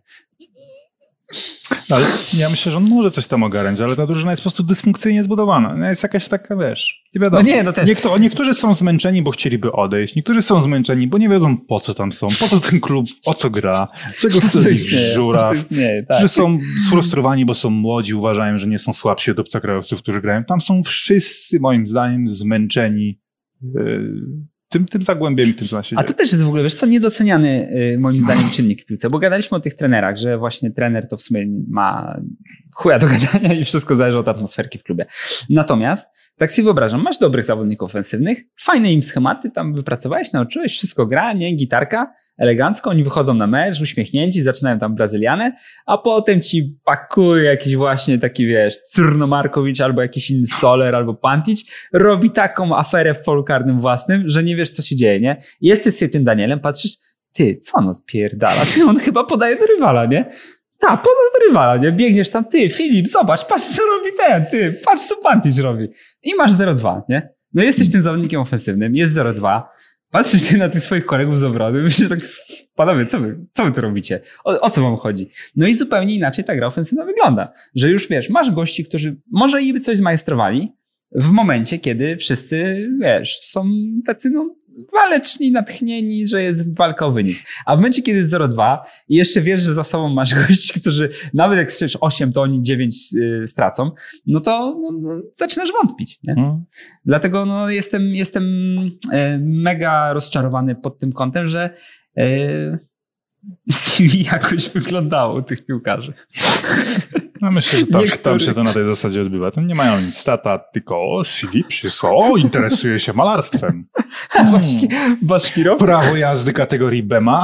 Ale ja myślę, że on może coś tam ogarnąć, ale ta drużyna jest po prostu dysfunkcyjnie zbudowana. Jest jakaś taka, wiesz, nie wiadomo. No nie, no też. Niekto, niektórzy są zmęczeni, bo chcieliby odejść. Niektórzy są zmęczeni, bo nie wiedzą, po co tam są, po co ten klub, o co gra, czego chce Żuraw. Tak. Którzy są sfrustrowani, bo są młodzi, uważają, że nie są słabsi od obcokrajowców, którzy grają. Tam są wszyscy, moim zdaniem, zmęczeni yy, tym, tym Zagłębiem i tym, co na się A to też jest w ogóle, wiesz co, niedoceniany yy, moim zdaniem czynnik w piłce, bo gadaliśmy o tych trenerach, że właśnie trener to w sumie ma chuja do gadania i wszystko zależy od atmosferki w klubie. Natomiast tak sobie wyobrażam, masz dobrych zawodników ofensywnych, fajne im schematy tam wypracowałeś, nauczyłeś, wszystko gra, nie, gitarka, elegancko, oni wychodzą na mecz, uśmiechnięci, zaczynają tam Brazylianę, a potem ci pakuje jakiś właśnie taki, wiesz, Cyrno Markowicz albo jakiś inny Soler albo Pantic, robi taką aferę w polu karnym własnym, że nie wiesz, co się dzieje, nie? Jesteś sobie tym Danielem, patrzysz, ty, co on odpierdala? Ty, on chyba podaje do rywala, nie? Tak, podaje do rywala, nie? Biegniesz tam, ty, Filip, zobacz, patrz, co robi ten, ty, patrz, co Pantic robi. I masz zero dwa, nie? No jesteś tym zawodnikiem ofensywnym, jest zero dwa, patrzysz na tych swoich kolegów z obrony, myślisz tak, panowie, co wy, co wy tu robicie? O, o co wam chodzi? No i zupełnie inaczej ta gra ofensywna wygląda. Że już wiesz, masz gości, którzy może i by coś zmajstrowali w momencie, kiedy wszyscy, wiesz, są tacy no waleczni, natchnieni, że jest walka o wynik. A w momencie, kiedy jest zero dwa i jeszcze wiesz, że za sobą masz gości, którzy nawet jak strzelisz osiem, to oni dziewięć y, stracą, no to no, no, zaczynasz wątpić. Nie? Hmm. Dlatego no, jestem, jestem y, mega rozczarowany pod tym kątem, że y, C V jakoś wyglądało u tych piłkarzy. No myślę, że tam, tam się to na tej zasadzie odbywa. Tam nie mają nic stata, tylko o, C V przysłał, o, interesuje się malarstwem. Hmm. Baszkirow? Prawo jazdy kategorii B ma,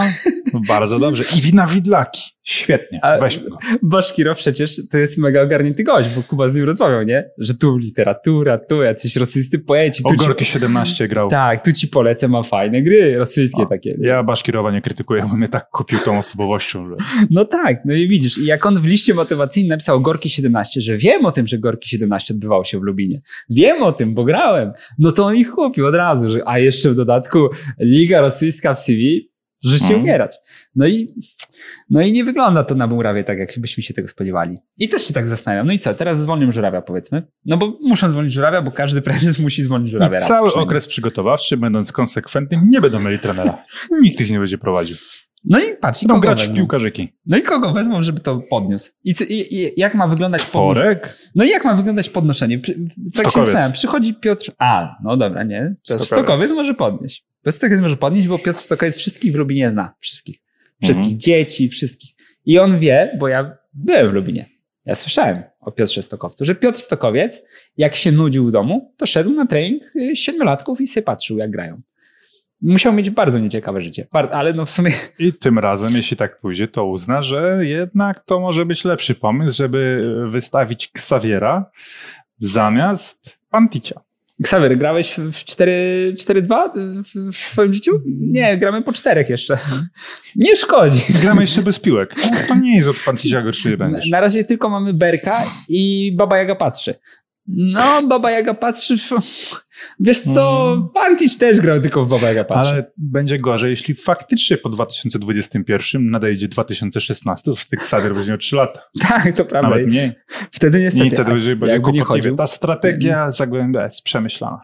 Bardzo dobrze. I wina widlaki. Świetnie. A Weź go. Baszkiro przecież to jest mega ogarnięty gość, bo Kuba z nim rozmawiał, nie? Że tu literatura, tu jacyś rosyjscy poeci. Tu Ogorki ci... siedemnaście grał. Tak, tu ci polecę, ma fajne gry rosyjskie O, takie. Ja Baszkirowa nie krytykuję, bo mnie tak kupił tą osobowością, że... No tak, no i widzisz, i jak on w liście motywacyjnym napisał Gorki siedemnaście, że wiem o tym, że Gorki siedemnaście odbywało się w Lubinie. Wiem o tym, bo grałem. No to on ich kupił od razu, że a jeszcze w dodatku Liga Rosyjska w C V, życie Hmm. umierać. No i, no i nie wygląda to na Murawie tak, jak byśmy się tego spodziewali. I też się tak zastanawiam. No i co, teraz zwolnią Żurawia, powiedzmy. No bo muszą zwolnić Żurawia, bo każdy prezes musi zwolnić Żurawia I raz. cały przynajmniej. okres przygotowawczy, będąc konsekwentnym, nie będą mieli trenera. Nikt ich nie będzie prowadził. No i patrz, i Będą kogo grać w wezmą? piłkarzyki. No i kogo wezmą, żeby to podniósł? I, co, i, i jak ma wyglądać podnoszenie? Tworek? No i jak ma wyglądać podnoszenie? Przy- Tak się Stokowiec. zastanawiam. Przychodzi Piotr... A, no dobra, nie. Piotr Stokowiec. Stokowiec może podnieść. Piotr Stokowiec może podnieść, bo Piotr Stokowiec wszystkich w Lubinie zna. Wszystkich. Wszystkich. Mhm. Dzieci, wszystkich. I on wie, bo ja byłem w Lubinie. Ja słyszałem o Piotrze Stokowcu, że Piotr Stokowiec, jak się nudził w domu, to szedł na trening y, siedmiolatków i sobie patrzył, jak grają. Musiał mieć bardzo nieciekawe życie. Bar- Ale no w sumie... I tym razem, jeśli tak pójdzie, to uzna, że jednak to może być lepszy pomysł, żeby wystawić Xaviera zamiast Panticia. Ksawery, grałeś w cztery dwa w, w swoim życiu? Nie, gramy po czterech jeszcze. Nie szkodzi. Gramy jeszcze bez piłek. No, to nie jest od Panticia gorszy Na, będziesz. na razie tylko mamy Berka i Baba Jaga patrzy. No, Baba Jaga patrzy. W... Wiesz co, Mm. Pantic też grał tylko w Baba Jaga patrzy. Ale będzie gorzej, jeśli faktycznie po dwa tysiące dwudziestym pierwszym nadejdzie dwa tysiące szesnasty, to wtedy Xavier będzie miał trzy lata. Tak, to prawda. Nawet mniej. Wtedy niestety. I wtedy a będzie będzie jakby nie kłopotliwie. chodził. Ta strategia Zagłębia jest przemyślana.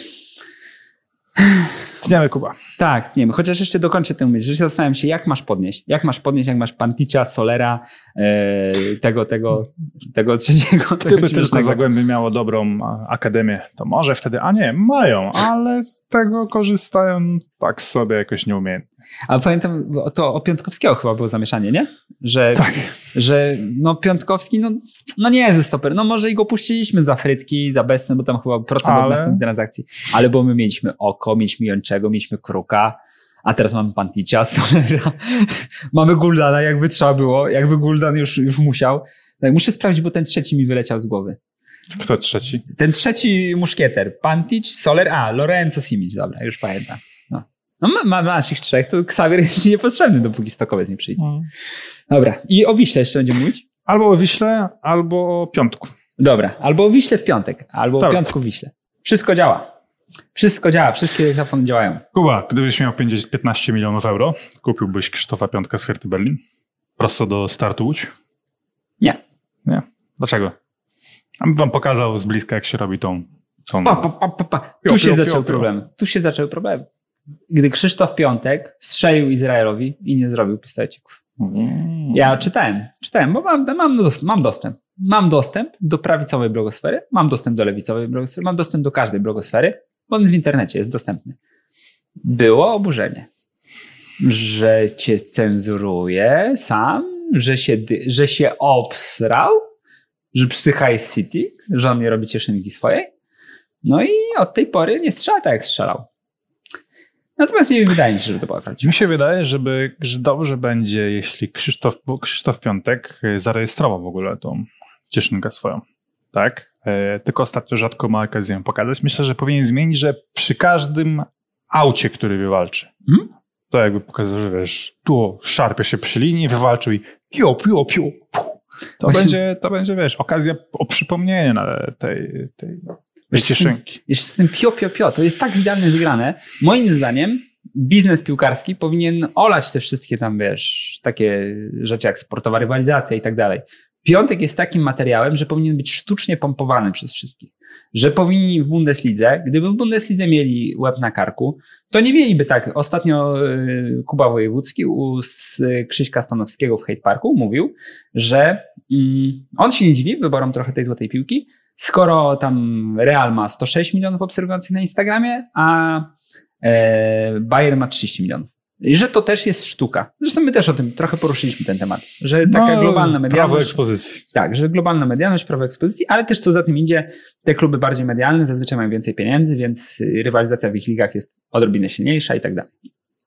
Tniemy, Kuba. Tak, nie wiem, chociaż jeszcze dokończę tę myśl, że się zastanawiam się, jak masz podnieść. Jak masz podnieść, jak masz Panticia, Solera, e, tego, tego, tego trzeciego. tego Gdyby tylko ćwicznego. Zagłębie miało dobrą a, akademię, to może wtedy, a nie, mają, ale z tego korzystają tak sobie jakoś nieumiejętnie. A pamiętam, to o Piątkowskiego chyba było zamieszanie, nie? Że, Tak. że no Piątkowski, no, no nie jest stoper. No może i go puściliśmy za frytki, za bezcen, bo tam chyba procent Ale- od następnej transakcji. Ale bo my mieliśmy Oko, mieliśmy Jączego, mieliśmy Kruka, a teraz mamy Panticia, Solera, mamy Guldana, jakby trzeba było, jakby Guldan już, już musiał. Tak, muszę sprawdzić, bo ten trzeci mi wyleciał z głowy. Kto trzeci? Ten trzeci muszkieter, Pantic, Soler, a Lorenzo Simic, dobra, już pamiętam. No, no ma, ma naszych trzech, to Xavier jest ci niepotrzebny, dopóki Stokowiec nie przyjdzie. Dobra, i o Wiśle jeszcze będziemy mówić? Albo o Wiśle, albo o Piątku. Dobra, albo o Wiśle w piątek, albo o Dobra. piątku w Wiśle. Wszystko działa. Wszystko działa, wszystkie telefony działają. Kuba, gdybyś miał pięćdziesiąt, piętnaście milionów euro, kupiłbyś Krzysztofa Piątka z Herty Berlin? Prosto do startu Łódź? Nie. Nie? Dlaczego? A bym wam pokazał z bliska, jak się robi tą... tą... Pa, pa, pa, pa, pa. Tu Pio, się pio, zaczął pio, pio. problem. Tu się zaczął problem. Gdy Krzysztof Piątek strzelił Izraelowi i nie zrobił pistolecików. Mm. Ja czytałem, czytałem, bo mam, mam, dos- mam dostęp. Mam dostęp do prawicowej blogosfery, mam dostęp do lewicowej blogosfery, mam dostęp do każdej blogosfery, bo on jest w internecie, jest dostępny. Było oburzenie, że cię cenzuruje sam, że się, dy- że się obsrał, że psycha jest city, że on nie robi cieszynki swojej. No i od tej pory nie strzela tak, jak strzelał. Natomiast nie wydaje mi się, żeby to była prawdziwa. Mi się wydaje, żeby, że dobrze będzie, jeśli Krzysztof, bo Krzysztof Piątek zarejestrował w ogóle tą cieszynkę swoją. Tak? E, tylko ostatnio rzadko ma okazję ją pokazać. Myślę, że powinien zmienić, że przy każdym aucie, który wywalczy, Hmm? to jakby pokazał, że wiesz, tu szarpie się przy linii, wywalczył i piu, piu, piu. To, Właśnie- będzie, to będzie, wiesz, okazja o przypomnienie na tej, tej, tej Wiesz, z tym- cieszynki. Jeszcze z tym pio, pio, pio, to jest tak idealnie zgrane. Moim zdaniem biznes piłkarski powinien olać te wszystkie tam, wiesz, takie rzeczy jak sportowa rywalizacja i tak dalej. Piątek jest takim materiałem, że powinien być sztucznie pompowany przez wszystkich. Że powinni w Bundeslidze, gdyby w Bundeslidze mieli łeb na karku, to nie mieliby tak. Ostatnio y, Kuba Wojewódzki u z Krzyśka Stanowskiego w Hate Parku mówił, że mm, on się nie dziwi wyborom trochę tej złotej piłki, skoro tam Real ma sto sześć milionów obserwujących na Instagramie, a e, Bayern ma trzydzieści milionów. I że to też jest sztuka. Zresztą my też o tym trochę poruszyliśmy ten temat, że taka No, globalna prawo medialność. ekspozycji. Tak, że globalna medialność, prawo ekspozycji, ale też co za tym idzie, te kluby bardziej medialne zazwyczaj mają więcej pieniędzy, więc rywalizacja w ich ligach jest odrobinę silniejsza i tak dalej.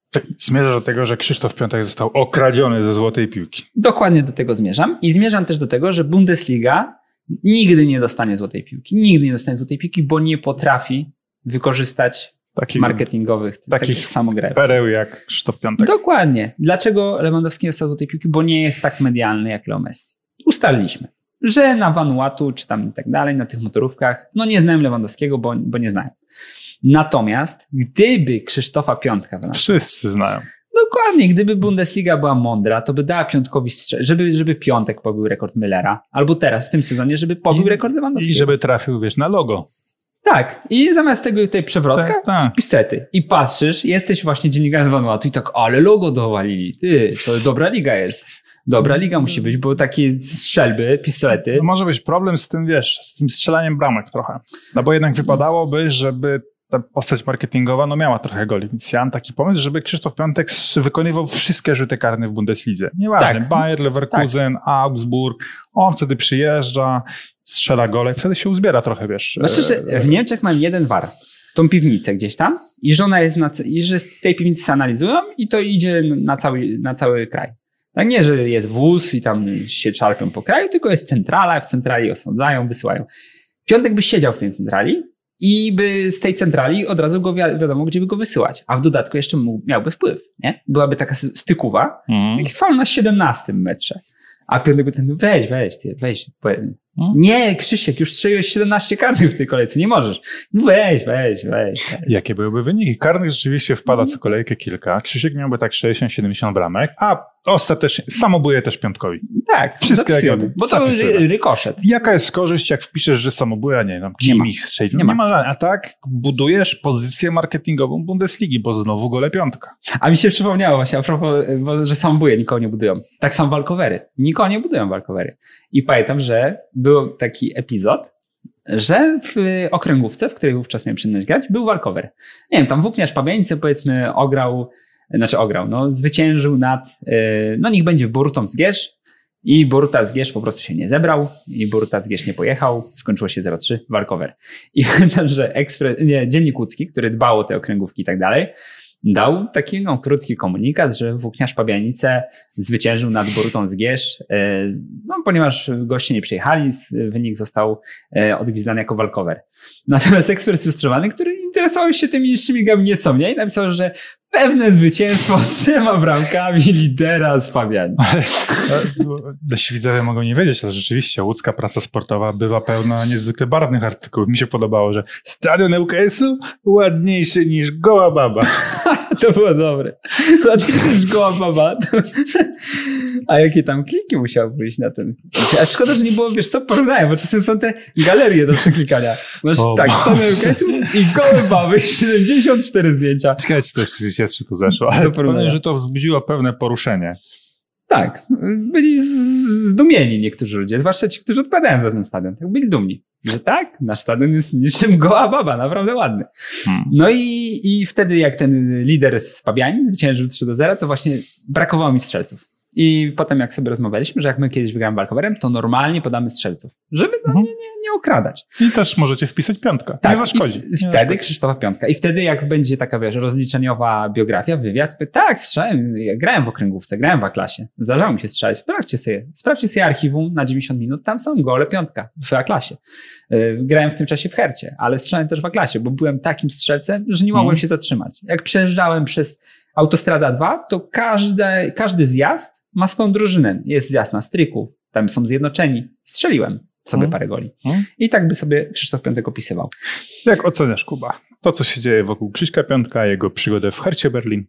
Zmierzasz do tego, że Krzysztof Piątek został okradziony ze złotej piłki. Dokładnie do tego zmierzam i zmierzam też do tego, że Bundesliga nigdy nie dostanie złotej piłki. Nigdy nie dostanie złotej piłki, bo nie potrafi wykorzystać takich marketingowych, takich, takich samografi. Pereł jak Krzysztof Piątek. Dokładnie. Dlaczego Lewandowski dostał złotej piłki? Bo nie jest tak medialny jak Leo Messi. Ustaliliśmy, że na Vanuatu czy tam i tak dalej, na tych motorówkach, no nie znałem Lewandowskiego, bo, bo nie znałem. Natomiast gdyby Krzysztofa Piątka... Wszyscy znają. Dokładnie, gdyby Bundesliga była mądra, to by dała Piątkowi strzel, żeby, żeby Piątek pobił rekord Müllera, albo teraz w tym sezonie, żeby pobił I, rekord Lewandowskiego. I żeby trafił, wiesz, na logo. Tak, i zamiast tego tej przewrotka, tak, tak. pisety. I patrzysz, jesteś właśnie dziennikarzem z Vanuatu i tak, ale logo dowalili, ty, to dobra liga jest. Dobra liga musi być, bo takie strzelby, pistolety... To może być problem z tym, wiesz, z tym strzelaniem bramek trochę. No bo jednak wypadałoby, żeby ta postać marketingowa no miała trochę goli. Więc ja mam taki pomysł, żeby Krzysztof Piątek wykonywał wszystkie rzuty karne w Bundeslidze. Nieważne, tak. Bayer, Leverkusen, tak. Augsburg. On wtedy przyjeżdża, strzela gole, wtedy się uzbiera trochę, wiesz. Znaczy, że w Niemczech mam jeden war. Tą piwnicę gdzieś tam i żona jest na... i że z tej piwnicy się analizują i to idzie na cały, na cały kraj. Tak nie, że jest wóz i tam się czarpią po kraju, tylko jest centrala, w centrali osądzają, wysyłają. Piątek by siedział w tej centrali i by z tej centrali od razu go wi- wiadomo, gdzie by go wysyłać. A w dodatku jeszcze mógł, miałby wpływ, nie? Byłaby taka stykuwa, mm. taki fal na siedemnastym metrze. A Piątek by ten, weź, weź, ty, weź. Hmm? Nie, Krzysiek, już strzeliłeś siedemnaście karnych w tej kolejce, nie możesz. Weź, weź, weź. weź. Jakie byłyby wyniki? Karnych rzeczywiście wpada co kolejkę kilka. Krzysiek miałby tak sześćdziesiąt siedemdziesiąt bramek, a ostatecznie samobuje też Piątkowi. Tak, wszystko jak bo to ry- rykoszet. Jaka jest korzyść, jak wpiszesz, że samobuja, nie wiem, kim ich strzelił? Nie, nie ma żadnej. A tak budujesz pozycję marketingową Bundesligi, bo znowu gole Piątka. A mi się przypomniało właśnie a propos, że samobuje nikogo nie budują. Tak samo walkowery. Nikogo nie budują walkowery. I pamiętam, że był taki epizod, że w okręgówce, w której wówczas miałem przyjemność grać, był walkover. Nie wiem, tam włókniarz Pabianice powiedzmy ograł, znaczy ograł, no zwyciężył nad, no niech będzie Borutą Zgierz i Boruta Zgierz po prostu się nie zebrał i Boruta Zgierz nie pojechał, skończyło się zero trzy, walkover. I pamiętam, że ekspres, nie, Dziennik Łódzki, który dbał o te okręgówki i tak dalej, dał taki no, krótki komunikat, że włókniarz Pabianice zwyciężył nad Borutą Zgierz, no, ponieważ goście nie przyjechali, wynik został odgwizdany jako walkover. Natomiast ekspert ilustrowany, który interesował się tymi niższymi ligami nieco mniej, napisał, że pewne zwycięstwo trzema bramkami lidera z Pabianic. Nasi widzowie mogą nie wiedzieć, ale rzeczywiście łódzka prasa sportowa bywa pełna niezwykle barwnych artykułów. Mi się podobało, że stadion L K S-u ładniejszy niż goła baba. To było dobre. Ładniejszy niż goła baba. To... A jakie tam kliki musiały pójść na tym. A szkoda, że nie było, wiesz co, porównają, bo czasem są te galerie do przeklikania. Masz o, tak, stadion L K S-u i gołe baby, siedemdziesiąt cztery zdjęcia. Ciekawe, czy to jeszcze czy to zeszło, ale powiem, że to wzbudziło pewne poruszenie. Tak, byli zdumieni niektórzy ludzie, zwłaszcza ci, którzy odpowiadają za ten stadion. Tak byli dumni, że tak, nasz stadion jest niczym goła baba, naprawdę ładny. Hmm. No i, i wtedy jak ten lider z Pabianic zwyciężył trzy do zera, to właśnie brakowało mi strzelców. I potem jak sobie rozmawialiśmy, że jak my kiedyś wygramy walkowerem, to normalnie podamy strzelców, żeby no, nie, nie, nie okradać. I też możecie wpisać Piątka. Tak, nie zaszkodzi. I wtedy zaszkodzi. Krzysztofa Piątka. I wtedy jak będzie taka, wiesz, rozliczeniowa biografia, wywiad, to tak, strzelałem, ja grałem w okręgówce, grałem w A-klasie. Zdarzało mi się strzelać. Sprawdźcie sobie, sprawdźcie sobie archiwum na dziewięćdziesiąt minut, tam są gole Piątka w A-klasie. Yy, grałem w tym czasie w Hercie, ale strzelałem też w A-klasie, bo byłem takim strzelcem, że nie mogłem hmm. się zatrzymać. Jak przejeżdżałem przez Autostrada dwa, to każde, każdy zjazd ma swoją drużynę. Jest zjazd na Stryków, tam są zjednoczeni. Strzeliłem sobie hmm. parę goli. Hmm. I tak by sobie Krzysztof Piątek opisywał. Jak oceniasz, Kuba, to, co się dzieje wokół Krzyśka Piątka, jego przygodę w Hercie Berlin?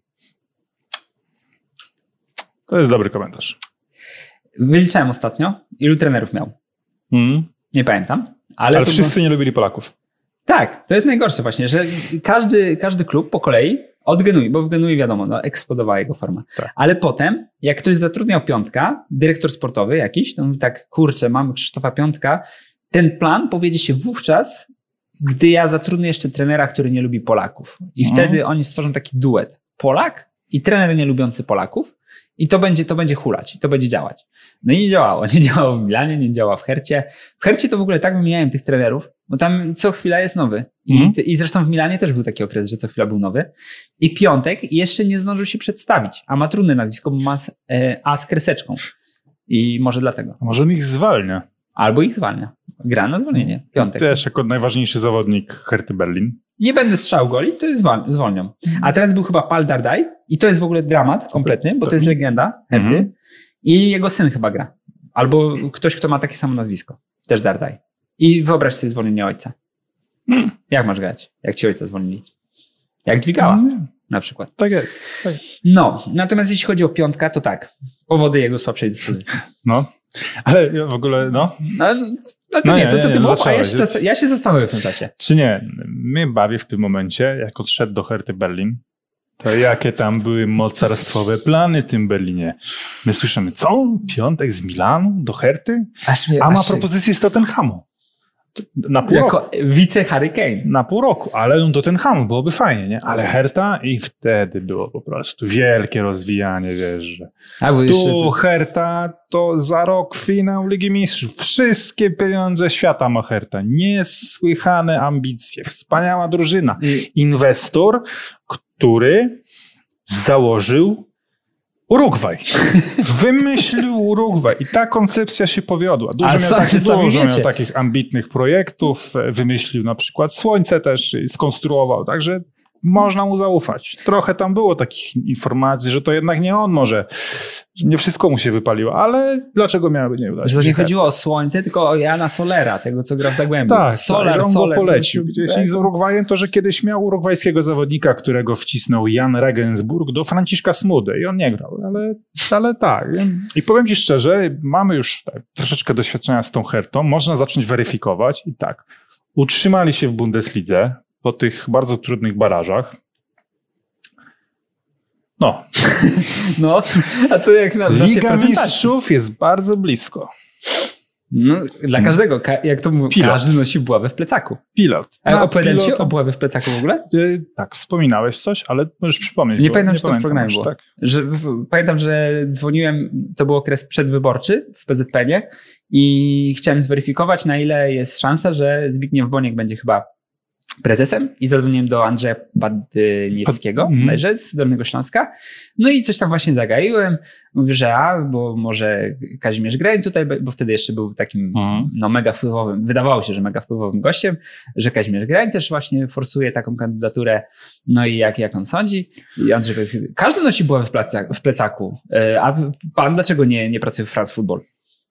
To jest dobry komentarz. Wyliczałem ostatnio, ilu trenerów miał. Hmm. Nie pamiętam. Ale, ale to wszyscy było... nie lubili Polaków. Tak, to jest najgorsze właśnie, że każdy, każdy klub po kolei od Genui, bo w Genui wiadomo, no, eksplodowała jego forma. Tak. Ale potem, jak ktoś zatrudniał Piątka, dyrektor sportowy jakiś, to mówi tak, kurczę, mamy Krzysztofa Piątka, ten plan powiedzie się wówczas, gdy ja zatrudnię jeszcze trenera, który nie lubi Polaków. I mm. wtedy oni stworzą taki duet. Polak i trener nie lubiący Polaków. I to będzie, to będzie hulać, i to będzie działać. No i nie działało. Nie działało w Milanie, nie działało w Hercie. W Hercie to w ogóle tak wymieniałem tych trenerów, bo tam co chwila jest nowy. I, Mhm. I zresztą w Milanie też był taki okres, że co chwila był nowy. I Piątek jeszcze nie zdążył się przedstawić, a ma trudne nazwisko, bo ma z, e, A z kreseczką. I może dlatego. Może on ich zwalnia. Albo ich zwalnia. Gra na zwolnienie. Piątek. Też jako najważniejszy zawodnik Herty Berlin. Nie będę strzał goli, to jest zwol- zwolnią. A teraz był chyba Pal Dardai i to jest w ogóle dramat kompletny, bo to jest legenda Herty. Mhm. I jego syn chyba gra. Albo ktoś, kto ma takie samo nazwisko. Też Dardai. I wyobraź sobie zwolnienie ojca. Hmm. Jak masz grać? Jak ci ojca zwolnili? Jak dźwigała Nie, na przykład. tak jest. Tak. No, natomiast jeśli chodzi o Piątka, to tak. Powody jego słabszej dyspozycji. No, ale ja w ogóle, no, No, no, no to No nie, nie, to, to nie, ty nie, mów, a ja się, zacząłeś. zasta- ja się zastanowię w tym czasie. czy nie, mnie bawi w tym momencie, jak odszedł do Herty Berlin, to jakie tam były mocarstwowe plany w tym Berlinie. My słyszymy, co? Piątek z Milanu do Herty? Aż mnie, A ma aż propozycję z Tottenhamu. Na pół roku. jako wice Harry Kane. Na pół roku, ale do Tottenhamu byłoby fajnie, nie? Ale Herta i wtedy było po prostu wielkie rozwijanie, wiesz, że A, bo jeszcze, tu Herta to za rok finał Ligi Mistrzów. Wszystkie pieniądze świata ma Herta. Niesłychane ambicje. Wspaniała drużyna. Inwestor, który założył Urugwaj. Wymyślił Urugwaj. I ta koncepcja się powiodła. Dużo, A miał, sami- takich, sami dużo miał wiecie. takich ambitnych projektów. Wymyślił na przykład Słońce też, skonstruował. Także można mu zaufać. Trochę tam było takich informacji, że to jednak nie on może, że nie wszystko mu się wypaliło, ale dlaczego miałoby nie udać? że to nie się chodziło o Słońce, tylko o Jana Solera, tego co gra w Zagłębiu. tak, Solar, tak, on Solar. go polecił. to- Gdzieś i z Urugwajem to, że kiedyś miał urugwajskiego zawodnika, którego wcisnął Jan Regensburg do Franciszka Smudy i on nie grał, ale, ale tak. I powiem ci szczerze, mamy już tak, troszeczkę doświadczenia z tą Hertą, można zacząć weryfikować i tak, utrzymali się w Bundeslidze po tych bardzo trudnych barażach. No, No, a to jak na w naszej Liga prezentacji. Mistrzów jest bardzo blisko. No, dla każdego, ka- jak to mówię, Pilot. każdy nosi buławę w plecaku. Pilot. A Na opowiadałem ci pilota- o buławie w plecaku w ogóle? Y, Tak, wspominałeś coś, ale możesz przypomnieć. Nie bo pamiętam, czy to w pamiętam programie już, było. tak? Że, w, pamiętam, że dzwoniłem, to był okres przedwyborczy w P Z P N ie i chciałem zweryfikować, na ile jest szansa, że Zbigniew Boniek będzie chyba prezesem i zadzwoniłem do Andrzeja Padyniewskiego, Mhm. bodajże, z Dolnego Śląska. No i coś tam właśnie zagaiłem. Mówię, że a, bo może Kazimierz Greń tutaj, bo wtedy jeszcze był takim Mhm. no mega wpływowym, wydawało się, że mega wpływowym gościem, że Kazimierz Greń też właśnie forsuje taką kandydaturę. No i jak, jak on sądzi? I Andrzej powie, każdy nosi buławę w, pleca, w plecaku. E, A pan dlaczego nie, nie pracuje w France Football?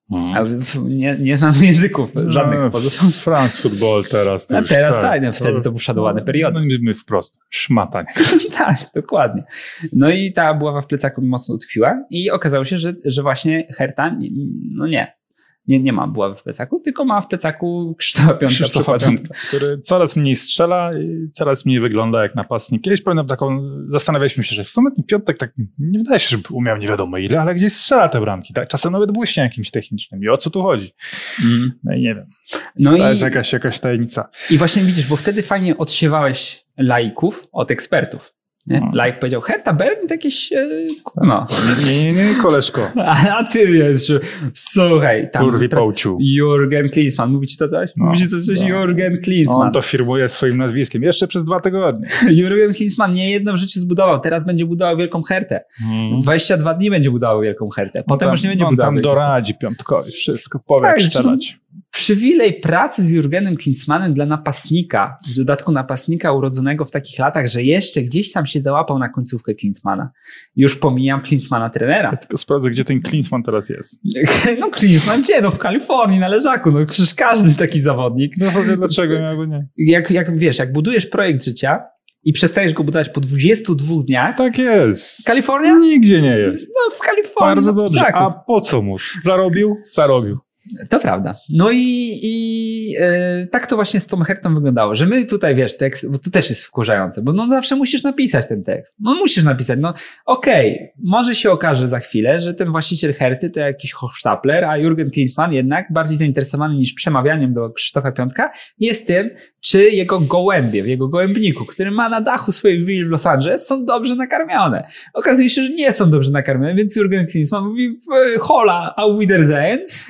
A w, nie, nie znam języków żadnych No, poza sobą. France Football teraz. To A już teraz tak, no, wtedy to był szanowany period. No, my wprost. Szmata. Nie? Tak, dokładnie. No i ta buława w plecaku mi mocno utkwiła i okazało się, że, że właśnie Herta, nie- no nie, nie, nie ma buławy w plecaku, tylko ma w plecaku Krzysztofa Piątka. Krzysztofa przeprowadzonego. Piątka, który coraz mniej strzela i coraz mniej wygląda jak napastnik. Kiedyś pamiętam taką, zastanawialiśmy się, że w sumie ten Piątek tak nie wydaje się, żeby umiał nie wiadomo ile, ale gdzieś strzela te bramki. Tak? Czasem nawet błyśnie jakimś technicznym. I o co tu chodzi? Mm. No i nie wiem. No To i, jest jakaś, jakaś tajemnica. i właśnie widzisz, bo wtedy fajnie odsiewałeś laików od ekspertów. Nie? No. Laik powiedział, Herta Berlin to jakieś e, no. Nie, nie, nie, koleżko. A, a ty wiesz, że- słuchaj, tam Kurwi połciu. Jurgen Klinsmann, mówi ci to coś? No, Mówi ci to coś no. Jurgen Klinsmann. On to firmuje swoim nazwiskiem. Jeszcze przez dwa tygodnie. Jurgen Klinsmann nie jedno w życiu zbudował, teraz będzie budował wielką Hertę. Mm. dwadzieścia dwa dni będzie budował wielką Hertę, potem tam, już nie będzie on budował tam wielkiej doradzi Piątkowi wszystko, powie Tak, jak strzelać. Przywilej pracy z Jurgenem Klinsmannem dla napastnika, w dodatku napastnika urodzonego w takich latach, że jeszcze gdzieś tam się załapał na końcówkę Klinsmana. Już pomijam Klinsmana trenera. Ja tylko sprawdzę, gdzie ten Klinsmann teraz jest. No Klinsmann gdzie? No w Kalifornii, na leżaku. No przecież każdy taki zawodnik. No w ogóle dlaczego miałby nie? Jak, jak wiesz, jak budujesz projekt życia i przestajesz go budować po dwudziestu dwóch dniach, Tak jest. Kalifornia? Nigdzie nie jest. No w Kalifornii. Bardzo no, dobrze. tak. A po co mu? Zarobił? Zarobił. To prawda. No i, i e, tak to właśnie z tą Hertą wyglądało, że my tutaj, wiesz, tekst, bo to też jest wkurzające, bo no zawsze musisz napisać ten tekst. No musisz napisać, no okej, okay, może się okaże za chwilę, że ten właściciel Herty to jakiś Hochstapler, a Jurgen Klinsmann jednak bardziej zainteresowany niż przemawianiem do Krzysztofa Piątka jest tym, czy jego gołębie w jego gołębniku, który ma na dachu swojej willi w Los Angeles, są dobrze nakarmione. Okazuje się, że nie są dobrze nakarmione, więc Jurgen Klinsmann mówi hola, auf Wiedersehen i leci